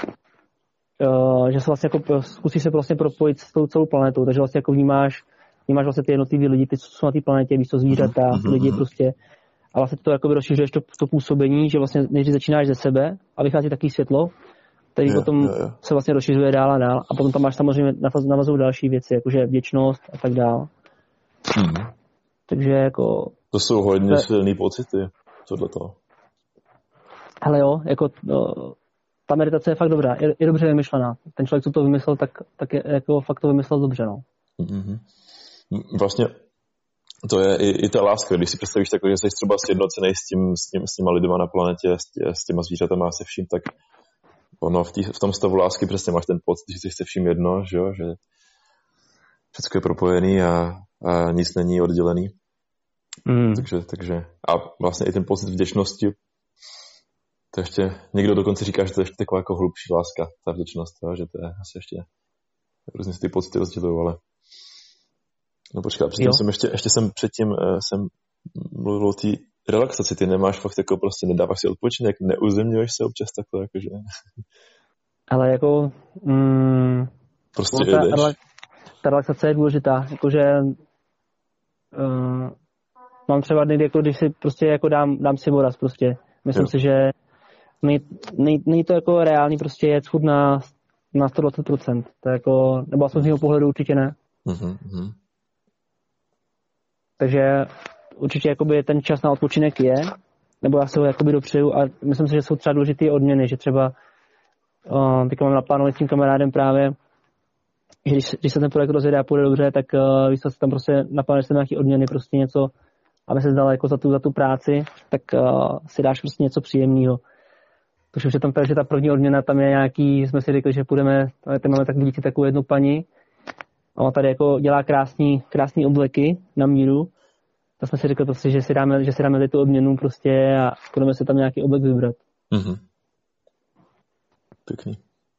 uh, že se vlastně jako zkusíš se vlastně propojit s tou celou planetou, takže vlastně jako vnímáš, vnímáš vlastně ty jednotlivý lidi, ty, co jsou na té planetě, víš co, zvířata, mm-hmm. lidi prostě, a vlastně to jako rozšiřuješ to, to působení, že vlastně nejdřív začínáš ze sebe a vychází taky světlo, který yeah, potom yeah, yeah. se vlastně rozšiřuje dál a dál a potom tam máš samozřejmě navazují další věci, jakože vděčnost a tak dál. Mm. Takže jako... To jsou hodně to... silný pocity, tohleto. Ale jo, jako no, ta meditace je fakt dobrá, je, je dobře vymyšlená. Ten člověk, co to vymyslel, tak, tak je, jako fakt to vymyslel dobře, no. Mm-hmm. Vlastně to je i, i ta láska, když si představíš takhle, že jsi třeba sjednocený s, tím, s, tím, s těma lidma na planetě, s, tě, s těma zvířatama a se vším, tak ono v, tý, v tom stavu lásky přesně máš ten pocit, že jsi se vším jedno, že, jo? Že všechno je propojený a, a nic není oddělený. Mm. Takže, takže a vlastně i ten pocit vděčnosti. To ještě, někdo dokonce říká, že to je ještě taková jako hlubší láska, ta vděčnost, jo? Že to je asi ještě, různě si ty pocity rozdělují, ale no počkej, předtím jsem ještě, ještě jsem předtím jsem mluvil o té relaxaci, ty nemáš fakt jako prostě, nedáváš si odpočinek, neuzemňuješ se občas takhle, jakože. Ale jako, mm, prostě ta, rela, ta relaxace je důležitá, jakože uh, mám třeba někdy, jako když si prostě jako dám, dám si voraz prostě, myslím jo. si, že není to jako reálný prostě jet furt na, na sto dvacet procent. To je jako, nebo aspoň z mého pohledu určitě ne. Mm-hmm. Takže určitě jakoby ten čas na odpočinek je, nebo já se ho jakoby dopřeju a myslím si, že jsou třeba důležité odměny, že třeba uh, teďka mám naplánovat s tím kamarádem právě, že když, když se ten projekt rozjede a půjde dobře, tak uh, víš, se tam prostě naplánuješ tam nějaké odměny, prostě něco, aby se zdala jako za tu, za tu práci, tak uh, si dáš prostě něco příjemného. Protože už je tam že ta první odměna, tam je nějaký, jsme si řekli, že půjdeme, tady máme tak vidíte takovou jednu paní, ona tady jako dělá krásný, krásný obleky na míru, tak jsme si řekli prostě, že si dáme, že si dáme tady tu odměnu prostě a půjdeme si tam nějaký oblek vybrat. Mhm. Pěkný.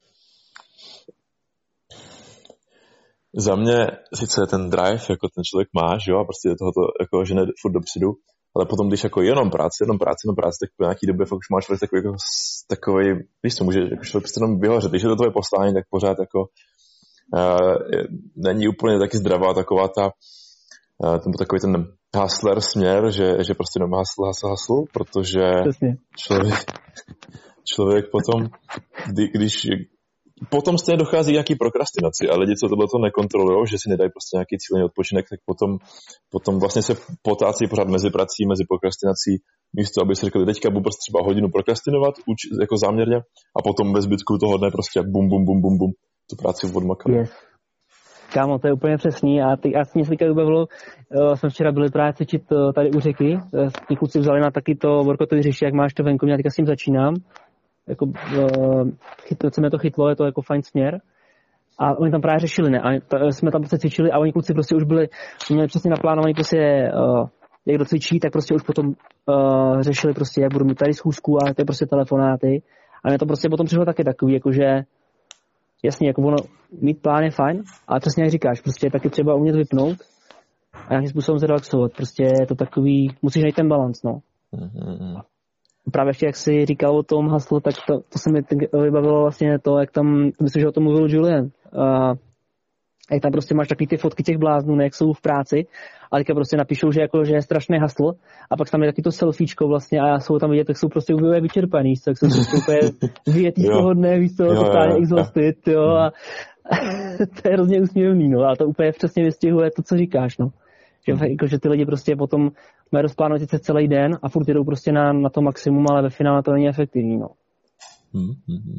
Za mě sice ten drive, jako ten člověk má, že jo, a prostě tohoto jako žene furt dopředu, ale potom, když jako jenom práce, jenom práce, jenom práce, tak po nějaký době fakt už máš takový, jako, takový, víš co, může jako člověk prostě jenom vyhořet. Když je to tvoje poslání, tak pořád jako uh, není úplně taky zdravá taková ta, uh, ten, takový ten hustler směr, že, že prostě jenom hustle, hustle, hustle, protože člověk, člověk potom, kdy, když potom stejně dochází k nějaký prokrastinaci a lidi, co tohleto nekontrolují, že si nedají prostě nějaký cílený odpočinek, tak potom, potom vlastně se potácí pořád mezi prací, mezi prokrastinací, místo, aby si řekli, teďka budu prostě třeba hodinu prokrastinovat, uč, jako záměrně, a potom ve zbytku toho dne prostě bum, bum, bum, bum, bum, tu práci odmakali. Yes. Kámo, to je úplně přesný a ty, asi mě se teďka bavilo, uh, jsme včera byli právě cvičit uh, tady u řeky, uh, ty kluci vzali na taky to workoutový řeší, jak máš to venku, já teďka s tím začínám. Jako, uh, chytlo, co mě to chytlo, je to jako fajn směr. A oni tam právě řešili, ne? A t- jsme tam prostě cvičili a oni kluci prostě už byli, měli přesně naplánovaný prostě, uh, jak kdo cvičí, tak prostě už potom uh, řešili prostě, jak budu mít tady schůzku a ty prostě telefonáty. A mě to prostě potom přišlo taky takový, jakože jasně, jako ono, mít plán je fajn, ale přesně jak říkáš, prostě taky třeba umět vypnout a nějakým způsobem zrelaxovat. Prostě je to takový, musíš najít ten balans, no. Mm-hmm. Právě ještě, jak jsi říkal o tom haslu, tak to, to se mi vybavilo vlastně to, jak tam, myslím, že o tom mluvil Julian. Uh, jak tam prostě máš takový ty fotky těch bláznů, ne, jak jsou v práci, a teďka prostě napíšou, že, jako, že je strašný hasl, a pak tam je taky to selfiečko vlastně a jsou tam vidět, tak jsou prostě úplně vyčerpaný, tak jsou prostě úplně vyjetý z toho dne, víš co, totálně exhausted, jo, a to je hrozně úsměvný, no, a to úplně přesně vystihuje to, co říkáš, no. Že, mm. jako, že ty lidi prostě potom mají rozplánovat se celý den a furt jdou prostě na, na to maximum, ale ve finále to není efektivní, no. Mm.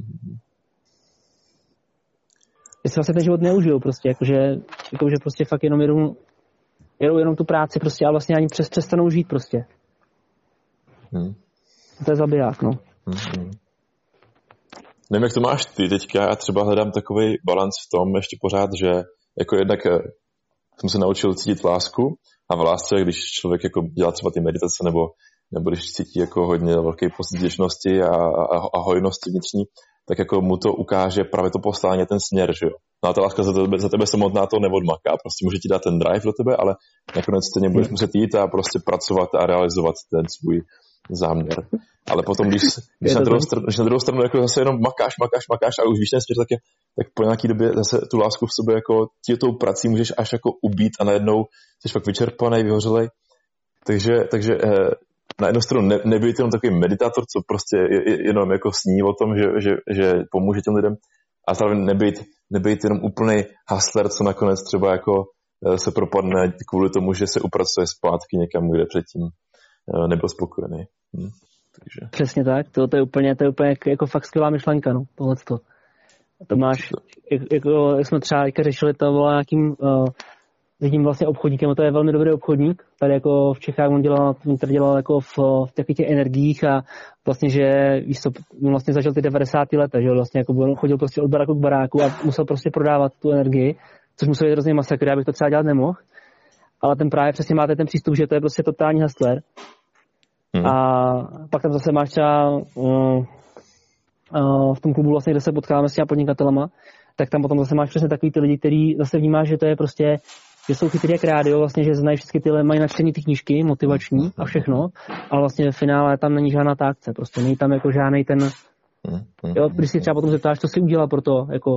Jestli vlastně ten život neužijou prostě, jakože, jakože prostě fakt jenom jedou, jedou jenom tu práci prostě a vlastně ani přes, přestanou žít prostě. Hmm. To je zabiják, no. Hmm. Nevím, jak to máš ty teďka, já třeba hledám takový balans v tom ještě pořád, že jako jednak jsem se naučil cítit lásku a v lásce, když člověk jako dělá třeba ty meditace nebo, nebo když cítí jako hodně velké pocit vděčnosti a, a, a hojnosti vnitřní, tak jako mu to ukáže právě to poslání, ten směr, že jo. No a ta láska za tebe, za tebe samotná to neodmaká, prostě může ti dát ten drive do tebe, ale nakonec stejně budeš muset jít a prostě pracovat a realizovat ten svůj záměr. Ale potom, když, když, na, druhou stranu, když na druhou stranu jako zase jenom makáš, makáš, makáš a už víš ten směr, tak, je, tak po nějaký době zase tu lásku v sobě jako ti tou prací můžeš až jako ubít a najednou jsi fakt vyčerpaný, vyhořelej. Takže, takže eh, na jednu stranu ne, nebýt jenom takový meditátor, co prostě jenom jako sní o tom, že, že, že pomůže těm lidem, a zároveň nebýt, nebýt jenom úplný hustler, co nakonec třeba jako se propadne kvůli tomu, že se upracuje zpátky někam, kde předtím nebyl spokojený. Hm. Takže. Přesně tak, to, to je úplně, to je úplně jako fakt skvělá myšlenka, no, tohleto. To máš, jak, jako, jak jsme třeba řešili, to bylo nějakým uh, vidím vlastně obchodníkem, to je velmi dobrý obchodník, tady jako v Čechách on dělal, on tady dělal jako v, v takových těch energiích a vlastně, že víš co, on vlastně zažil ty devadesátá leta, že vlastně jako on chodil prostě od baráku k baráku a musel prostě prodávat tu energii, což musel být hrozně masakr, já bych to třeba dělat nemohl, ale ten právě přesně máte ten přístup, že to je prostě totální hustler. Hmm. A pak tam zase máš třeba uh, uh, v tom klubu vlastně, kde se potkáváme s těma podnikatelema, tak tam potom zase máš přesně takový ty lidi, kteří zase vnímáš, že to je prostě, že jsou chytrý jak rádio, vlastně, že znají všechny tyhle, mají načtení ty knížky, motivační a všechno, ale vlastně v finále tam není žádná ta akce, prostě není tam jako žádnej ten, jo, když si třeba potom zeptáš, co si udělal pro to, jako,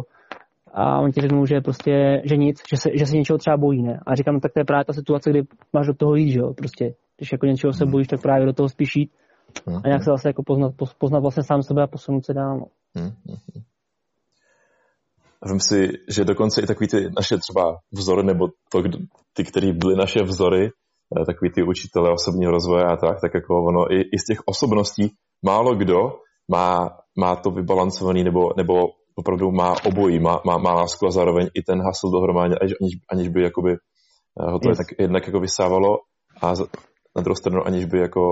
a oni ti řeknou, že prostě, že nic, že se, že se něčeho třeba bojí, ne? A říkám, no tak to je právě ta situace, kdy máš do toho jít, že jo, prostě, když jako něčeho se bojíš, tak právě do toho spíš jít a nějak se vlastně jako poznat, poznat vlastně sám sebe a posunout se dál, no. A vím si, že dokonce i takový ty naše třeba vzory, nebo to, ty, který byly naše vzory, takový ty učitelé osobního rozvoje a tak, tak jako ono, i, i z těch osobností málo kdo má, má to vybalancovaný, nebo, nebo opravdu má obojí, má, má, má lásku a zároveň i ten hustle dohromady, aniž, aniž by jakoby ho to yes. tak jednak jako vysávalo a na druhou stranu aniž by jako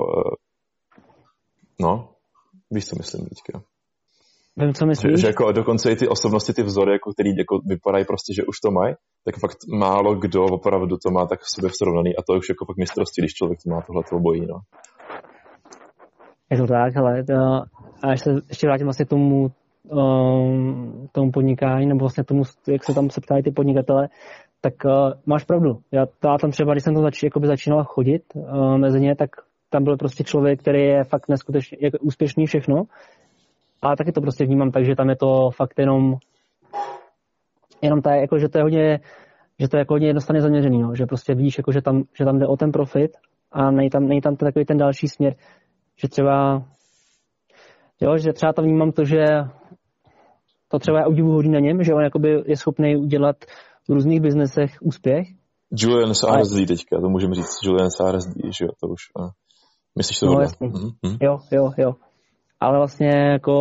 no, víš, co myslím teďka. Vím, co myslíš? Že, že jako dokonce i ty osobnosti, ty vzory, jako, který jako vypadají prostě, že už to mají, tak fakt málo kdo opravdu to má tak v sobě srovnaný a to je už jako fakt mistrovství, když člověk má tohle obojí, no. Je to tak, hele, to, a ještě, ještě vrátím vlastně tomu, um, tomu podnikání, nebo vlastně tomu, jak se tam se ptají ty podnikatele, tak uh, máš pravdu. Já, já tam třeba, když jsem tam zač, jakoby začínal chodit uh, mezi ně, tak tam byl prostě člověk, který je fakt neskutečně jako úspěšný všechno. Ale taky to prostě vnímám tak, že tam je to fakt jenom jenom ta, jako, že to je hodně, že to je jako hodně jednostranně zaměřený, no. Že prostě vidíš, jako, že, tam, že tam jde o ten profit a nej tam, nej tam ten, takový ten další směr, že třeba jo, že třeba tam vnímám to, že to třeba je obdivuhodný na něm, že on jakoby je schopný udělat v různých biznesech úspěch. Julian S R S D teďka, to můžeme říct, Julian S R S D, že jo, to už, a... myslíš to? No jasně, mm-hmm. jo, jo, jo. Ale vlastně jako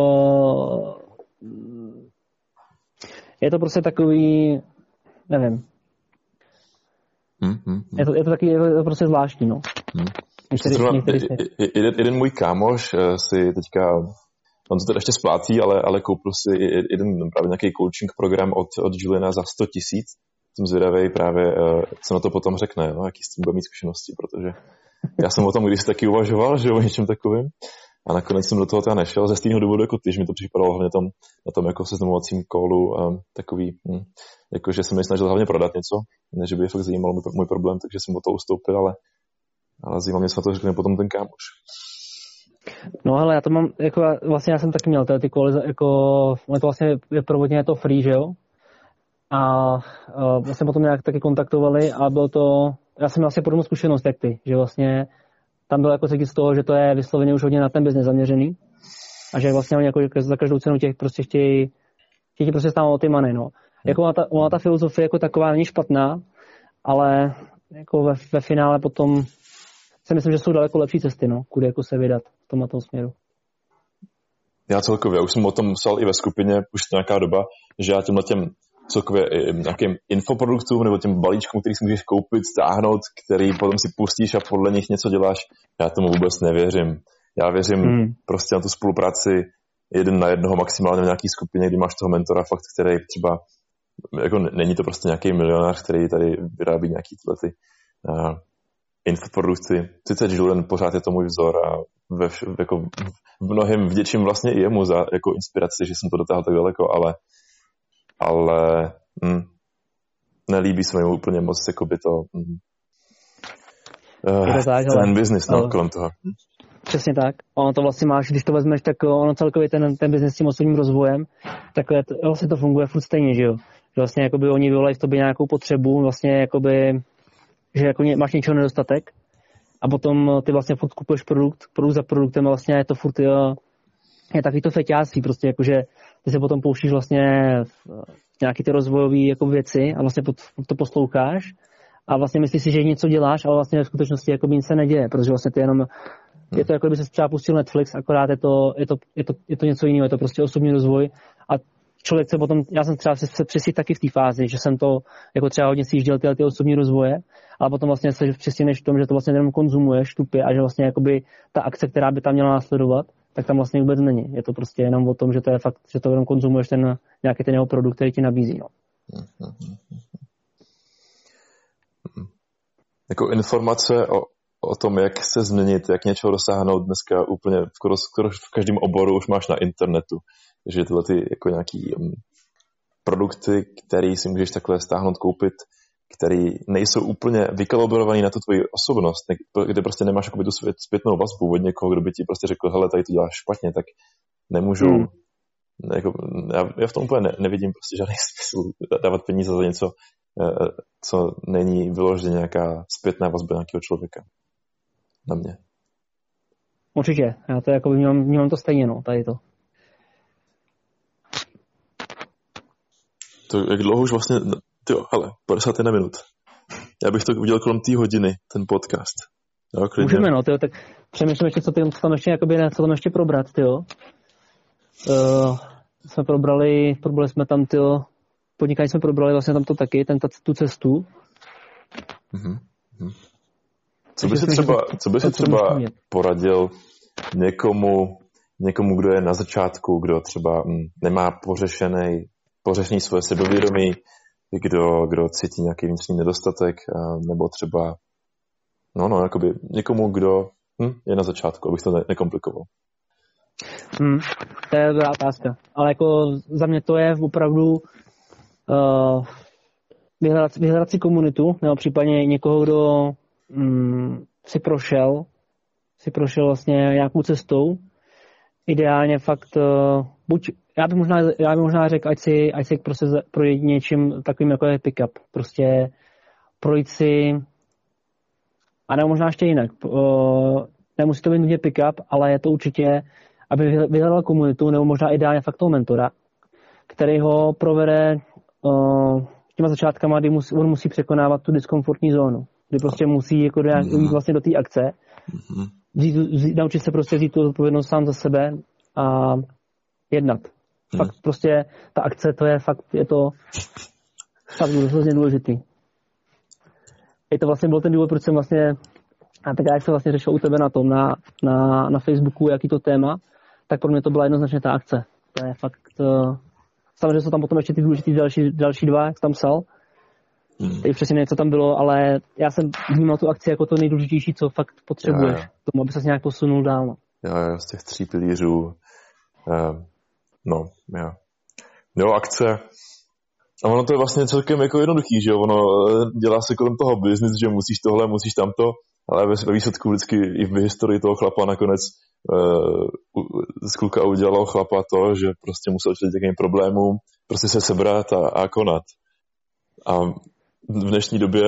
je to prostě takový, nevím, hmm, hmm, je, to, je to taky, je to prostě zvláštní, no. Hmm. Některý, Třeba, některý jeden, jeden můj kámoš si teďka, on to teda ještě splácí, ale, ale koupil si jeden právě nějaký coaching program od, od Juliana za sto tisíc. Jsem zvědavej právě, co na to potom řekne, no, jaký s tím bude mít zkušenosti, protože já jsem o tom kdysi taky uvažoval, že o něčem takovým. A nakonec jsem do toho teda nešel, ze stejného důvodu jako ty, že mi to připadalo hlavně tom, na tom jako seznamovacím kolu um, takový, hm, jako že jsem mi snažil hlavně prodat něco, ne, že by je fakt zajímal můj, můj problém, takže jsem od toho ustoupil, ale, ale zajímalo mě, co na to řekne potom ten kámoš. No hele, já to mám, jako vlastně já jsem taky měl ty koly, jako, to vlastně je provodně je to free, že jo? A uh, vlastně potom nějak taky kontaktovali a bylo to, já jsem měl asi podobnou zkušenost jak ty, že vlastně tam bylo jako cítit z toho, že to je vysloveně už hodně na ten biznes zaměřený a že vlastně oni jako za každou cenu těch prostě chtějí, chtějí prostě stávat o ty money, no. Jako ona ta, ona ta filozofie jako taková není špatná, ale jako ve, ve finále potom si myslím, že jsou daleko lepší cesty, no, kudy jako se vydat v tom a tom směru. Já celkově, už jsem o tom psal i ve skupině už nějaká doba, že já těmhle těm celkově nějakým infoproduktům nebo těm balíčkům, který si můžeš koupit, stáhnout, který potom si pustíš a podle nich něco děláš, já tomu vůbec nevěřím. Já věřím hmm. prostě na tu spolupráci jeden na jednoho maximálně v nějaký skupině, kdy máš toho mentora fakt, který třeba, jako není to prostě nějaký milionář, který tady vyrábí nějaký tyhle ty uh, infoprodukty. Sice Julian pořád je to můj vzor a ve, jako v mnohem vděčím vlastně i jemu za jako inspiraci, že jsem to dotáhl tak daleko, ale ale hm, nelíbí se mi úplně moc jakoby to hm, uh, to tak, ten business no, kolem toho. Přesně tak. Ono to vlastně máš, když to vezmeš, tak ono celkově ten, ten business s tím osobním rozvojem, tak to, vlastně to funguje furt stejně, že jo. Že vlastně jakoby oni vyvolají v tobě nějakou potřebu, vlastně jakoby, že jako ně, máš něčeho nedostatek a potom ty vlastně furt kupuješ produkt, produkt za produktem a vlastně je to furt jo, je takový to feťáctví, prostě jakože ty se potom pouštíš vlastně v nějaký ty rozvojové jako věci a vlastně to posloucháš a vlastně myslíš si, že něco děláš, ale vlastně v skutečnosti jako by nic se neděje, protože vlastně ty jenom, je to jako kdyby se třeba pustil Netflix, akorát je to, je to, je to, je to něco jiného, je to prostě osobní rozvoj a člověk se potom, já jsem třeba se přesít taky v té fázi, že jsem to jako třeba hodně sjížděl tyhle ty osobní rozvoje, ale potom vlastně se přestěneš v tom, že to vlastně jenom konzumuješ tupě a že vlastně jakoby ta akce, která by tam měla následovat, tak tam vlastně vůbec není. Je to prostě jenom o tom, že to je fakt, že to jenom konzumuješ ten nějaký ten jeho produkt, který ti nabízí. No. Jako informace o, o tom, jak se změnit, jak něčeho dosáhnout dneska úplně skoro, skoro v každém oboru už máš na internetu. Takže tyhle ty jako nějaký um, produkty, které si můžeš takhle stáhnout, koupit, které nejsou úplně vykalibrované na tu tvoji osobnost, kde prostě nemáš jakoby tu zpětnou vazbu od někoho, kdo by ti prostě řekl, hele, tady to děláš špatně, tak nemůžu, hmm. jako, já, já v tom úplně ne, nevidím prostě žádný smysl dávat peníze za něco, co není vyloženě nějaká zpětná vazba nějakého člověka. Na mě. Určitě, já to jako vnímám, vnímám to stejně, no, tady to. To jak dlouho už vlastně, tyjo, hele, padesát jedna minut. Já bych to udělal kolem té hodiny, ten podcast. Jo, můžeme, no, tyjo, tak přemýšlím ještě, co, ty, co tam ještě, jakoby, co tam ještě probrat, tyjo. Uh, jsme probrali, probrali jsme tam, tyjo, podnikání jsme probrali vlastně tam to taky, ten, ta, tu cestu. Mm-hmm. Co by si třeba, co by si třeba poradil někomu, někomu, kdo je na začátku, kdo třeba m, nemá pořešený, pořešený svoje sebevědomí, kdo, kdo cítí nějaký vnitřní nedostatek, a, nebo třeba no, no, jakoby někomu, kdo hm, je na začátku, abych to ne, nekomplikoval. Hmm, to je dobrá otázka. Ale jako za mě to je opravdu uh, vyhledat, vyhledat si komunitu, nebo případně někoho, kdo um, si prošel, si prošel vlastně nějakou cestou. Ideálně fakt uh, buď, já bych možná, já bych možná řekl, ať si, ať si prostě projít něčím takovým, jako je pick-up. Prostě projít si, a nebo možná ještě jinak. Uh, nemusí to být nutně pick-up, ale je to určitě, aby vyhledal komunitu, nebo možná ideálně fakt toho mentora, který ho provede uh, těma začátkama, kdy musí, on musí překonávat tu diskomfortní zónu, kdy prostě musí jako jít vlastně do té akce, vzít, vzít, naučit se prostě vzít tu odpovědnost sám za sebe a jednat. Fakt prostě ta akce, to je fakt, je to fakt hrozně důležitý. Je to vlastně byl ten důvod, proč jsem vlastně, a tak jak se vlastně řešil u tebe na tom, na, na, na Facebooku, jaký to téma, tak pro mě to byla jednoznačně ta akce. To je fakt, uh, samozřejmě jsou tam potom ještě ty důležitý další, další dva, jak jsi tam psal. Hmm. Teď přesně něco tam bylo, ale já jsem vnímal tu akci jako to nejdůležitější, co fakt potřebuješ, k tomu, aby ses nějak posunul dál. Jo, jo, z těch tří pilířů. Uh, no, jo. Jo, akce. A ono to je vlastně celkem jako jednoduchý, že jo, ono dělá se kolem toho business, že musíš tohle, musíš tamto, ale ve výsledku vždycky i v historii toho chlapa nakonec uh, z kluka udělalo chlapa to, že prostě musel čelit nějakým problémům, prostě se sebrat a, a konat. A v dnešní době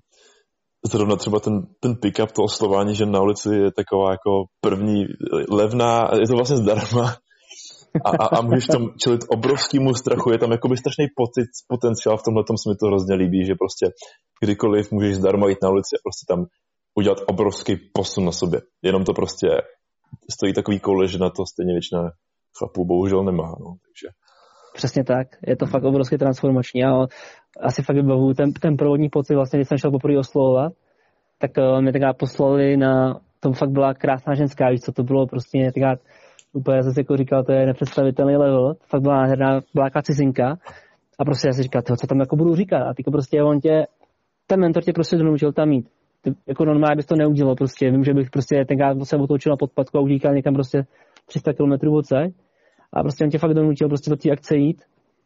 zrovna třeba ten, ten pick-up, to oslování žen na ulici je taková jako první levná, je to vlastně zdarma. A, a, a můžeš tam čelit obrovskému strachu, je tam jakoby strašný pocit, potenciál, v tomhletom se mi to hrozně líbí, že prostě kdykoliv můžeš zdarma jít na ulici a prostě tam udělat obrovský posun na sobě. Jenom to prostě stojí takový koule, že na to stejně většina chlapů bohužel nemá. No, takže. Přesně tak, je to fakt obrovsky transformační a asi fakt vybavuju ten, ten provodní pocit, vlastně když jsem šel poprvé oslovovat, tak uh, mě taká poslali na, tom fakt byla krásná ženská, víš co to bylo prostě taká úplně, já jsem si jako říkal, to je nepředstavitelný level, fakt byla nádherná, byla taková cizinka a prostě já si říkal, co tam jako budu říkat a tyko prostě on tě, ten mentor tě prostě donutil tam mít. Ty, jako normálně bys to neudělal prostě, vím, že bych prostě tenkrát se otočil na podpadku a utíkal někam prostě tři sta kilometrů odsaď a prostě on tě fakt donutil prostě do té akce jít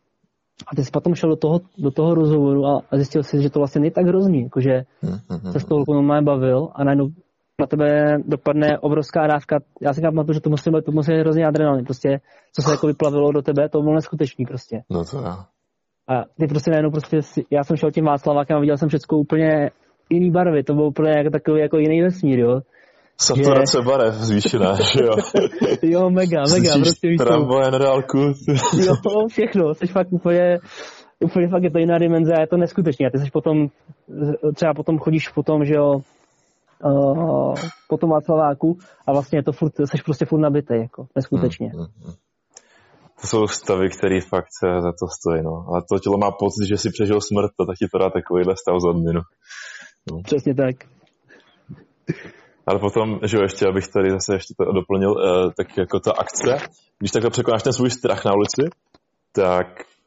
a ty jsi potom šel do toho, do toho rozhovoru a, a zjistil si, že to vlastně není tak hrozný, jakože se s toho normálně bavil a najednou na tebe dopadne obrovská dávka. Já si pamatuju, že to musí být, to musí být hrozně adrenalin. Prostě, co se jako vyplavilo do tebe, to bylo neskutečný prostě. No to já. A ty prostě najednou prostě, já jsem šel tím Václavákem a viděl jsem všechno úplně jiný barvy. To bylo úplně jako takový jako jiný vesmír, jo. Saturace že... barev zvýšená, že jo. Jo, mega, mega. Prostě víš tramvaje na dálku. Jo, všechno. Jsi fakt úplně, úplně fakt je to jiná dimenze a je to neskutečný. A ty jsi potom, třeba potom chodíš potom, že jo, Uh, po tom Václaváku a vlastně je to furt, jsi prostě furt nabitý, jako, neskutečně. Hmm, hmm, hmm. To jsou stavy, které fakt za to stojí, no. A to tělo má pocit, že si přežil smrt a tak ti to dá takovýhle stav za odměnu. No. Přesně tak. Ale potom, že jo, ještě, abych tady zase ještě to doplnil, uh, tak jako ta akce, když takhle překonáš ten svůj strach na ulici, tak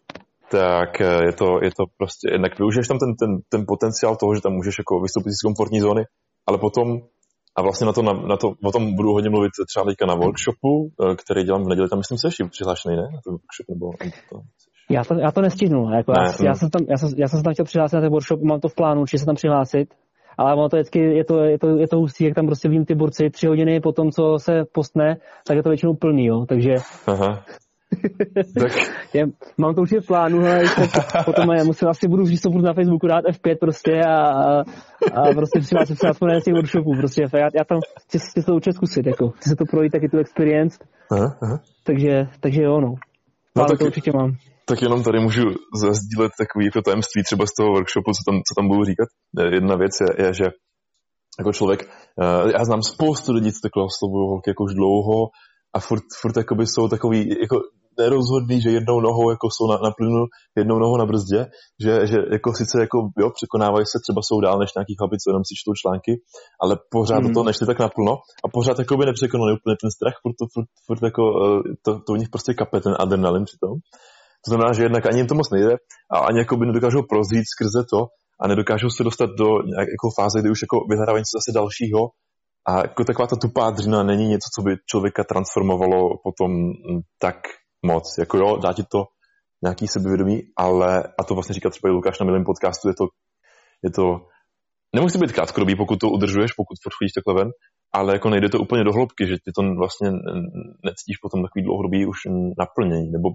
tak je to, je to prostě, jednak využiješ tam ten, ten, ten potenciál toho, že tam můžeš jako vystoupit z komfortní zóny, ale potom, a vlastně na to, na, na to, o tom budu hodně mluvit třeba teďka na workshopu, který dělám v neděli, tam myslím, jsi ještě přihlášený, ne? Na ten workshop, nebo to... Já to, já to nestihnu, jako ne, já, já, jsem tam, já, jsem, já jsem se tam chtěl přihlásit na ten workshop, mám to v plánu, či se tam přihlásit, ale ono to vždycky, je to, je to, je to hustý, jak tam prostě vidím ty borci tři hodiny po tom, co se postne, tak je to většinou plný, jo, takže... Aha. Tak. Já mám to určitě v plánu, ale potom já musím asi budu vždyť na Facebooku dát F pět prostě a, a, a prostě přihlásit se aspoň z těch workshopů, prostě já, já tam chci, chci to určitě zkusit, jako, chci se to projít, taky tu experience, aha, aha. Takže, takže jo, no, no tak, to určitě mám. Tak jenom tady můžu zazdílet takový jako tajemství třeba z toho workshopu, co tam, co tam budu říkat. Jedna věc je, je že jako člověk, já znám spoustu lidí, co takhle oslovují holky jako už dlouho a furt, furt jakoby jsou takový jako nerozhodný, že jednou nohou jako jsou na, na plynu, jednou nohou na brzdě, že, že jako sice jako jo, překonávají se, třeba jsou dál než nějaký chlapi, co jenom si čtou články, ale pořád mm. do toho nešli tak naplno a pořád jakoby nepřekonali úplně ten strach, furt, furt, furt jako to, to u nich prostě kape ten adrenalin přitom. To znamená, že jednak ani jim to moc nejde a ani jakoby nedokážou prozřít skrze to a nedokážou se dostat do nějaké jako fáze, kdy už jako vyhledávání se zase dalšího. A jako taková ta tupá dřina není něco, co by člověka transformovalo potom tak moc. Jako jo, dá ti to nějaký sebevědomí, ale, a to vlastně říká třeba i Lukáš na minulém podcastu, je to, je to, nemusí být krátkodobý, pokud to udržuješ, pokud chodíš takhle ven, ale jako nejde to úplně do hloubky, že ty to vlastně necítíš potom takový dlouhodobý už naplnění, nebo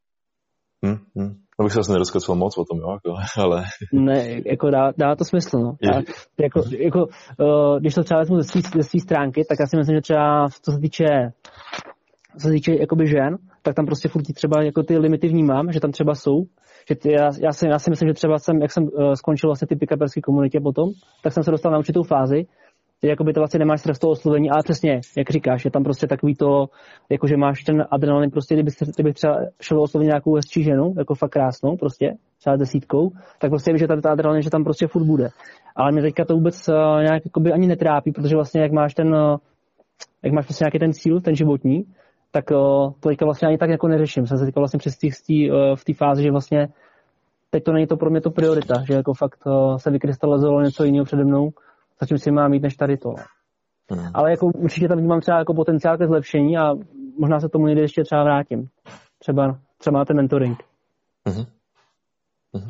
hm, hm. Abych se vlastně nerozkacoval moc o tom, jo, jako, ale... Ne, jako dá, dá to smysl, no. A, jako, jako, uh, když to třeba vezmu ze své stránky, tak já si myslím, že třeba co se týče co se týče jakoby žen, tak tam prostě furt třeba jako ty limity vnímám, že tam třeba jsou. Že ty, já, já, si, já si myslím, že třeba jsem, jak jsem uh, skončil vlastně ty pick-uperské komunitě potom, tak jsem se dostal na určitou fázi, že jakoby to vlastně nemáš stres toho oslovení, ale přesně, jak říkáš, je tam prostě takový to, jako že máš ten adrenalin, prostě kdyby, kdyby třeba šel oslovit nějakou hezčí ženu, jako fakt krásnou, prostě, třeba desítkou, tak prostě víš, že tam ta adrenalin, že tam prostě furt bude. Ale mě teďka to vůbec uh, nějak jakoby ani netrápí, protože vlastně jak máš ten, uh, jak máš prostě nějaký ten cíl, ten životní, tak uh, to teďka vlastně ani tak jako neřeším. Jsem se teďka vlastně přes tý, uh, v té fázi, že vlastně teď to není to pro mě to priorita, že jako fakt uh, se vykrystalizovalo něco jiného přede mnou, zatím si mám mít než tady to. Hmm. Ale jako určitě tam vnímám třeba jako potenciál ke zlepšení a možná se tomu někdy ještě třeba vrátím. Třeba, třeba na ten mentoring. Hmm. Hmm.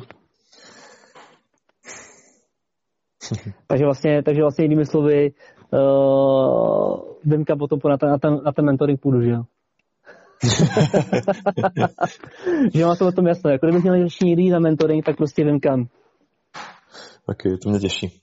takže vlastně, takže vlastně jinými slovy uh, Vimka potom na ten, na, ten, na ten mentoring půjdu, že jo? že mám to o tom jasno. Jako kdybych měl ještě někdy na mentoring, tak prostě Vimkam. Ok, to mě těší.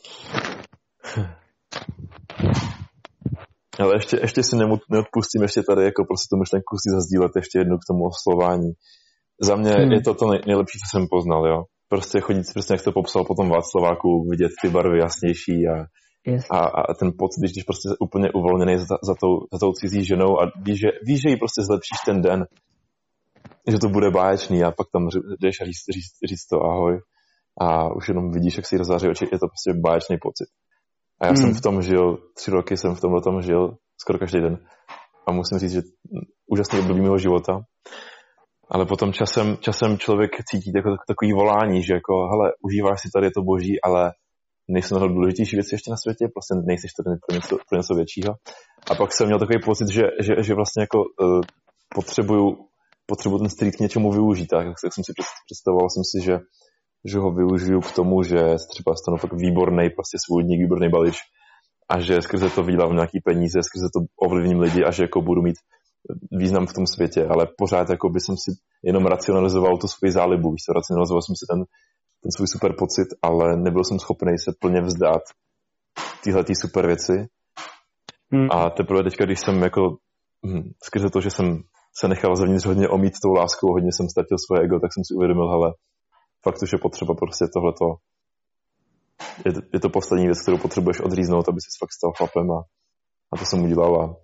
Ale ještě, ještě si neodpustím ještě tady jako prostě tu myšlenku si zazdílet ještě jednu k tomu oslování. Za mě hmm. je to to nej, nejlepší, co jsem poznal, jo. Prostě chodit, prostě jak to popsal potom Václaváku, vidět ty barvy jasnější a, yes. a, a ten pocit, když jsi prostě úplně uvolněný za, za, tou, za tou cizí ženou a víš, že, víš, že jí prostě zlepšíš ten den, že to bude báječný a pak tam jdeš a říct, říct, říct to ahoj a už jenom vidíš, jak si rozzáří oči, je to prostě báječný pocit. A já hmm. jsem v tom žil, tři roky jsem v tomhle tom žil, skoro každý den. A musím říct, že úžasný období mého života. Ale potom časem, časem člověk cítí jako takový volání, že jako, hele, užíváš si tady to boží, ale nejsou na důležitější věci ještě na světě, prostě nejseš tady pro něco, pro něco většího. A pak jsem měl takový pocit, že, že, že vlastně jako uh, potřebuju, potřebuju ten street k něčemu využít. Tak jak jsem si představoval jsem si, že že ho využiju k tomu, že třeba stanu fakt výborný, prostě svůdník, výborný balič a že skrze to vydělám nějaký peníze, skrze to ovlivním lidi a že jako budu mít význam v tom světě, ale pořád jako by jsem si jenom racionalizoval tu svoji zálibu, víš co, racionalizoval jsem si ten, ten svůj super pocit, ale nebyl jsem schopný se plně vzdát tyhletý super věci. Hmm. A teprve teďka, když jsem jako hm, skrze to, že jsem se nechal zevnitř hodně omít tou láskou, hodně jsem ztratil svoje ego, tak jsem si uvědomil, hele, fakt už je potřeba prostě tohleto. Je, je to poslední věc, kterou potřebuješ odříznout, aby si fakt stal chlapem a, a to jsem udělal. A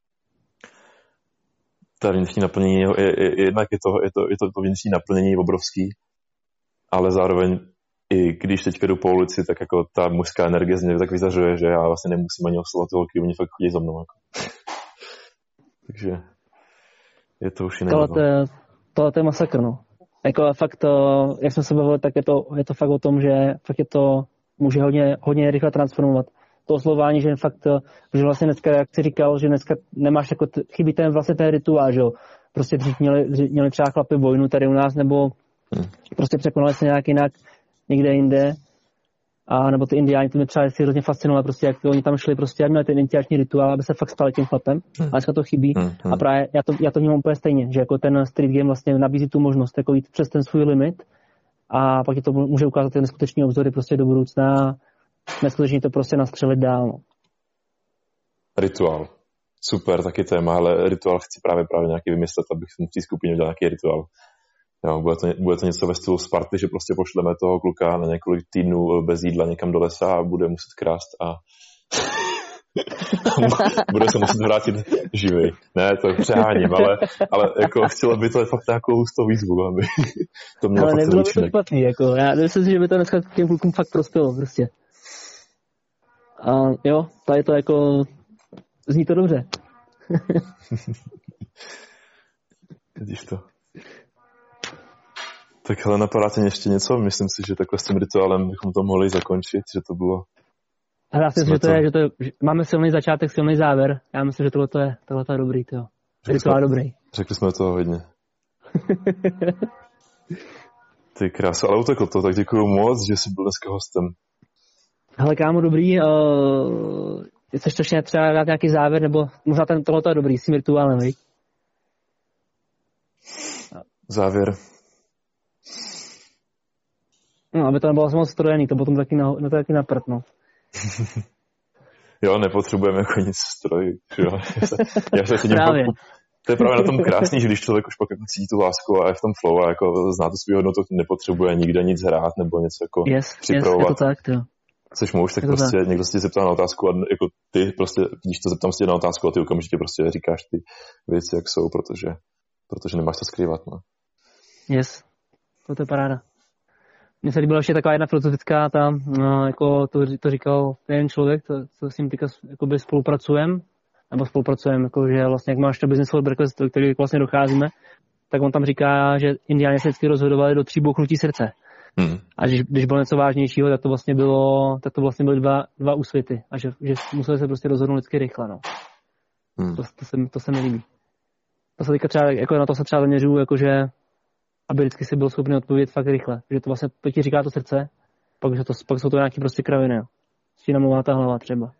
ta vnitřní naplnění, je, je, je, jednak je to, je, to, je to, to vnitřní naplnění obrovský, ale zároveň i když teďka jdu po ulici, tak jako ta mužská energie z mě tak vyzařuje, že já vlastně nemusím ani oslovovat ty holky, oni fakt chodí za mnou. Jako. Takže je to už jiné. Tohle, tohle je masakr, no. Jako fakt to, jak jsme se bavili, tak je to, je to fakt o tom, že fakt je to může hodně, hodně rychle transformovat. To oslování, že fakt, že vlastně dneska, jak jsi říkal, že dneska nemáš jako, t- chybí ten vlastně ten rituál, že jo. Prostě dřív měli, dřív měli třeba chlapi vojnu tady u nás, nebo hmm. prostě překonali se nějak jinak někde jinde. A nebo ty indiáni, to mě třeba si hrozně fascinovalo, prostě jak oni tam šli, prostě jak měli ten iniciační rituál, aby se fakt stali tím chlapem. Hmm. A dneska to chybí. Hmm. A právě já to, já to vnímám úplně stejně, že jako ten street game vlastně nabízí tu možnost jako jít přes ten svůj limit a pak je to může ukázat ty neskutečné obzory prostě do budoucna. Neskutečně to prostě nastřelit dál. No. Rituál. Super, taky téma, ale rituál chci právě právě nějaký vymyslet, abych v té skupině udělal nějaký rituál. Jo, bude, to, bude to něco ve stylu Sparty, že prostě pošleme toho kluka na několik týdnů bez jídla někam do lesa a bude muset krást a bude se muset vrátit živý. Ne, to přeháním, ale, ale jako chtěla by to fakt nějakou hustou výzvu, aby to mělo ale fakt nebylo by to špatný, jako já myslím si, že by to dneska těm klukům fakt prospělo, prostě. A jo, tady to jako zní to dobře. Vidíš to. Tak hele, napadá tě ještě něco? Myslím si, že takhle s tím rituálem bychom to mohli zakončit, že to bylo... Ale já myslím, že to je, že to je, že máme silný začátek, silný závěr. Já myslím, že tohle je, tohle je dobrý, to jo. Rituál je dobrý. Řekli jsme toho hodně. Ty krása, ale uteklo to, tak děkuju moc, že jsi byl dneska hostem. Hele, kámo, dobrý. Uh, chceš to ještě třeba dát nějaký závěr, nebo možná ten, tohle je dobrý, s tím rituálem, víš? Závěr. No, aby to nebylo moc strojený, to potom taky na, no to taky na prd, no. Jo, nepotřebujeme jako nic stroj, jo. Já se tím pak, to je právě na tom krásný, že když člověk už pak jako cítí tu lásku a je v tom flow a jako zná tu svůj hodnotu, nepotřebuje nikde nic hrát nebo něco jako yes, připravovat. Yes, je to tak, jo. Což muž, tak prostě tak. Někdo se tě zeptá na otázku a jako ty prostě, když to zeptám se tě na otázku a ty okamžitě prostě říkáš ty věci, jak jsou, protože, protože nemáš to skrývat, no. Yes, to je paráda. Mně se líbila ještě taková jedna filozofická, ta, no, jako to, to říkal ten člověk, to, to s ním teďka spolupracujeme, nebo spolupracujeme, jako, že vlastně jak máš to business breakfast, do který vlastně docházíme, tak on tam říká, že Indiáni se vždycky rozhodovali do tří bouchnutí srdce. Hmm. A když, když bylo něco vážnějšího, tak to vlastně bylo, tak to vlastně byly dva, dva úsvity. A že, že museli se prostě rozhodnout vždycky rychle, no. Hmm. To, to, se, to se mi líbí. To se teďka třeba, jako na to se třeba zaměřuju, jakože aby vždycky si byl schopný odpovědět fakt rychle. Že to vlastně, to ti říká to srdce, pak, že to, pak jsou to nějaký prostě kraviny, jo. Si namluvá ta hlava třeba.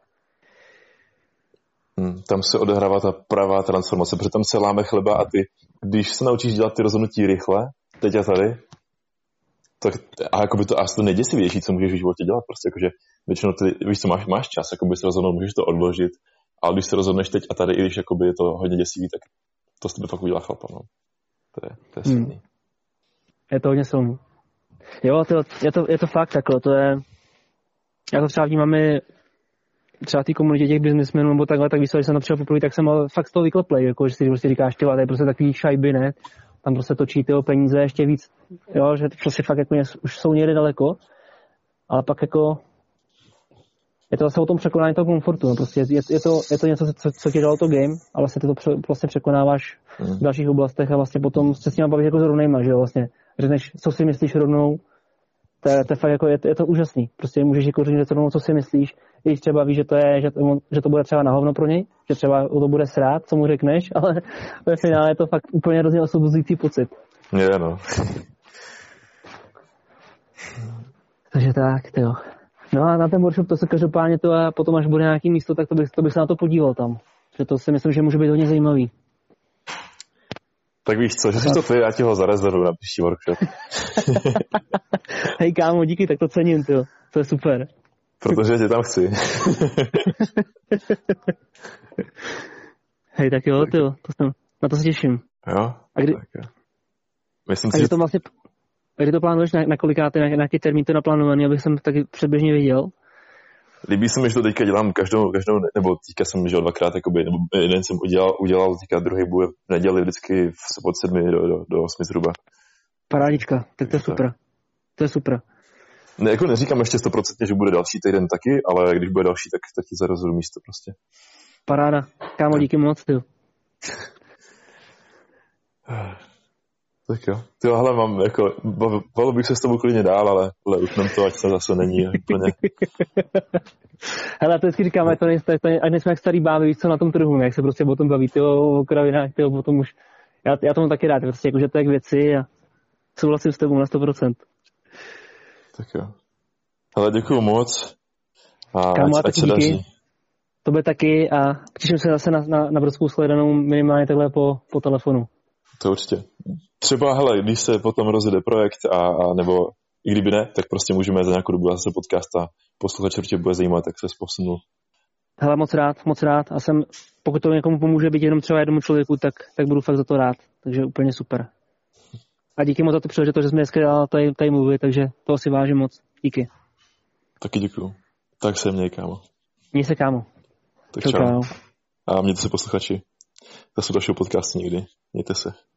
Hmm, tam se odehrává ta pravá transformace, protože tam se láme chleba a ty, když se naučíš dělat ty rozhodnutí rychle, teď a tady, tak, a jakoby to asi to nejděsivější, co můžeš v životě dělat, prostě jakože většinou ty, víš co, máš, máš čas, jakoby se rozhodnout, můžeš to odložit, ale když se rozhodneš teď a tady, i když jakoby je to hodně děsivý, tak to z tebe fakt udělá chlapa, no. To je, to je silný. Hmm. Je to hodně silný. Jo, to, je, to, je to fakt takhle, to je, já to třeba vnímáme třeba v té komunitě těch biznismenů nebo takhle, tak víš, když jsem to přišel poprvé, tak jsem mal fakt z toho vykleplej, jako, že si prostě říkáš, tyhle, to je prostě takový šajby, ne, tam prostě točí tyho peníze ještě víc, jo, že prostě fakt jako už jsou někde daleko, ale pak jako je to zase o tom překonání toho komfortu, no, prostě je, je, to, je to něco, co, co ti dalo to game, ale vlastně ty to pře, vlastně překonáváš hmm. v dalších oblastech a vlastně potom se s nimi bavíš jako s rovnejma, že jo, vlastně řekneš, co si myslíš rovnou, to je, to je fakt jako, je, je to úžasný, prostě můžeš jako říct rovnou, co si myslíš, i když třeba víš, že to je, že to, že to bude třeba na hovno pro něj, že třeba to bude srát, co mu řekneš, ale ve finále je to fakt úplně hrozně osvobozující pocit. Je, no. Takže tak, jo. No a na ten workshop to se každopádně to a potom až bude nějaký místo, tak to bych, to bych se na to podíval tam. Že to si myslím, že může být hodně zajímavý. Tak víš co, že jsi to ty, já ti ho zarezervuju na příští workshop. Hej kámo, díky, tak to cením, tyjo. To je super. Protože tě tam chci. Hej, tak jo, tyjo, to jsem, na to se těším. Jo? A kdy, tak jo. Myslím a si, že to vlastně, a kdy to plánuješ, na, na kolikáty, na nějaký termín to naplánovaný, abych jsem taky předběžně věděl? Líbí se mi, že to teďka dělám každou, každou nebo teďka jsem žil dvakrát, jakoby, nebo jeden jsem udělal, udělal teďka druhý bude v neděli vždycky v od sedmi do, do, do osmi zhruba. Parádička, tak to je super. To je super. Ne, jako neříkám ještě stoprocentně, že bude další týden taky, ale když bude další, tak, tak ti zarozhodu místo prostě. Paráda. Kámo, díky moc, ty. Tak jo. Ty hele, mám jako, bavil bych se s tobou klidně dál, ale, ale utnem to, ať se zase není úplně. Hele, to vždycky říkám, ať to nejsme, ať nejsme jak starý báby, víš co, na tom trhu, jak se prostě o tom baví, tyjo, o kravinách, tyjo, potom už, já, já tomu taky rád, prostě jakože to je k věci a souhlasím s tebou na sto procent. Tak jo. Hele, děkuju moc. A kámo, ať, ať se daří. Tobě taky a těším se zase na, na, na Brodskou shledanou minimálně takhle po, po telefonu. To určitě. Třeba, hele, když se potom rozjede projekt a, a nebo i kdyby ne, tak prostě můžeme za nějakou dobu zase podcast a posluchač určitě bude zajímat, tak se posunul. Hele, moc rád, moc rád a jsem, pokud to někomu pomůže být jenom třeba jednomu člověku, tak, tak budu fakt za to rád. Takže úplně super. A díky moc za tu příležitost, že jsme dneska dala tady, tady mluvit, takže toho si vážím moc. Díky. Taky děkuju. Tak se měj, kámo. Měj se, kámo. Tak čau. čau. A mějte se posluchači. Zase dalšího podcastu někdy. Mějte se.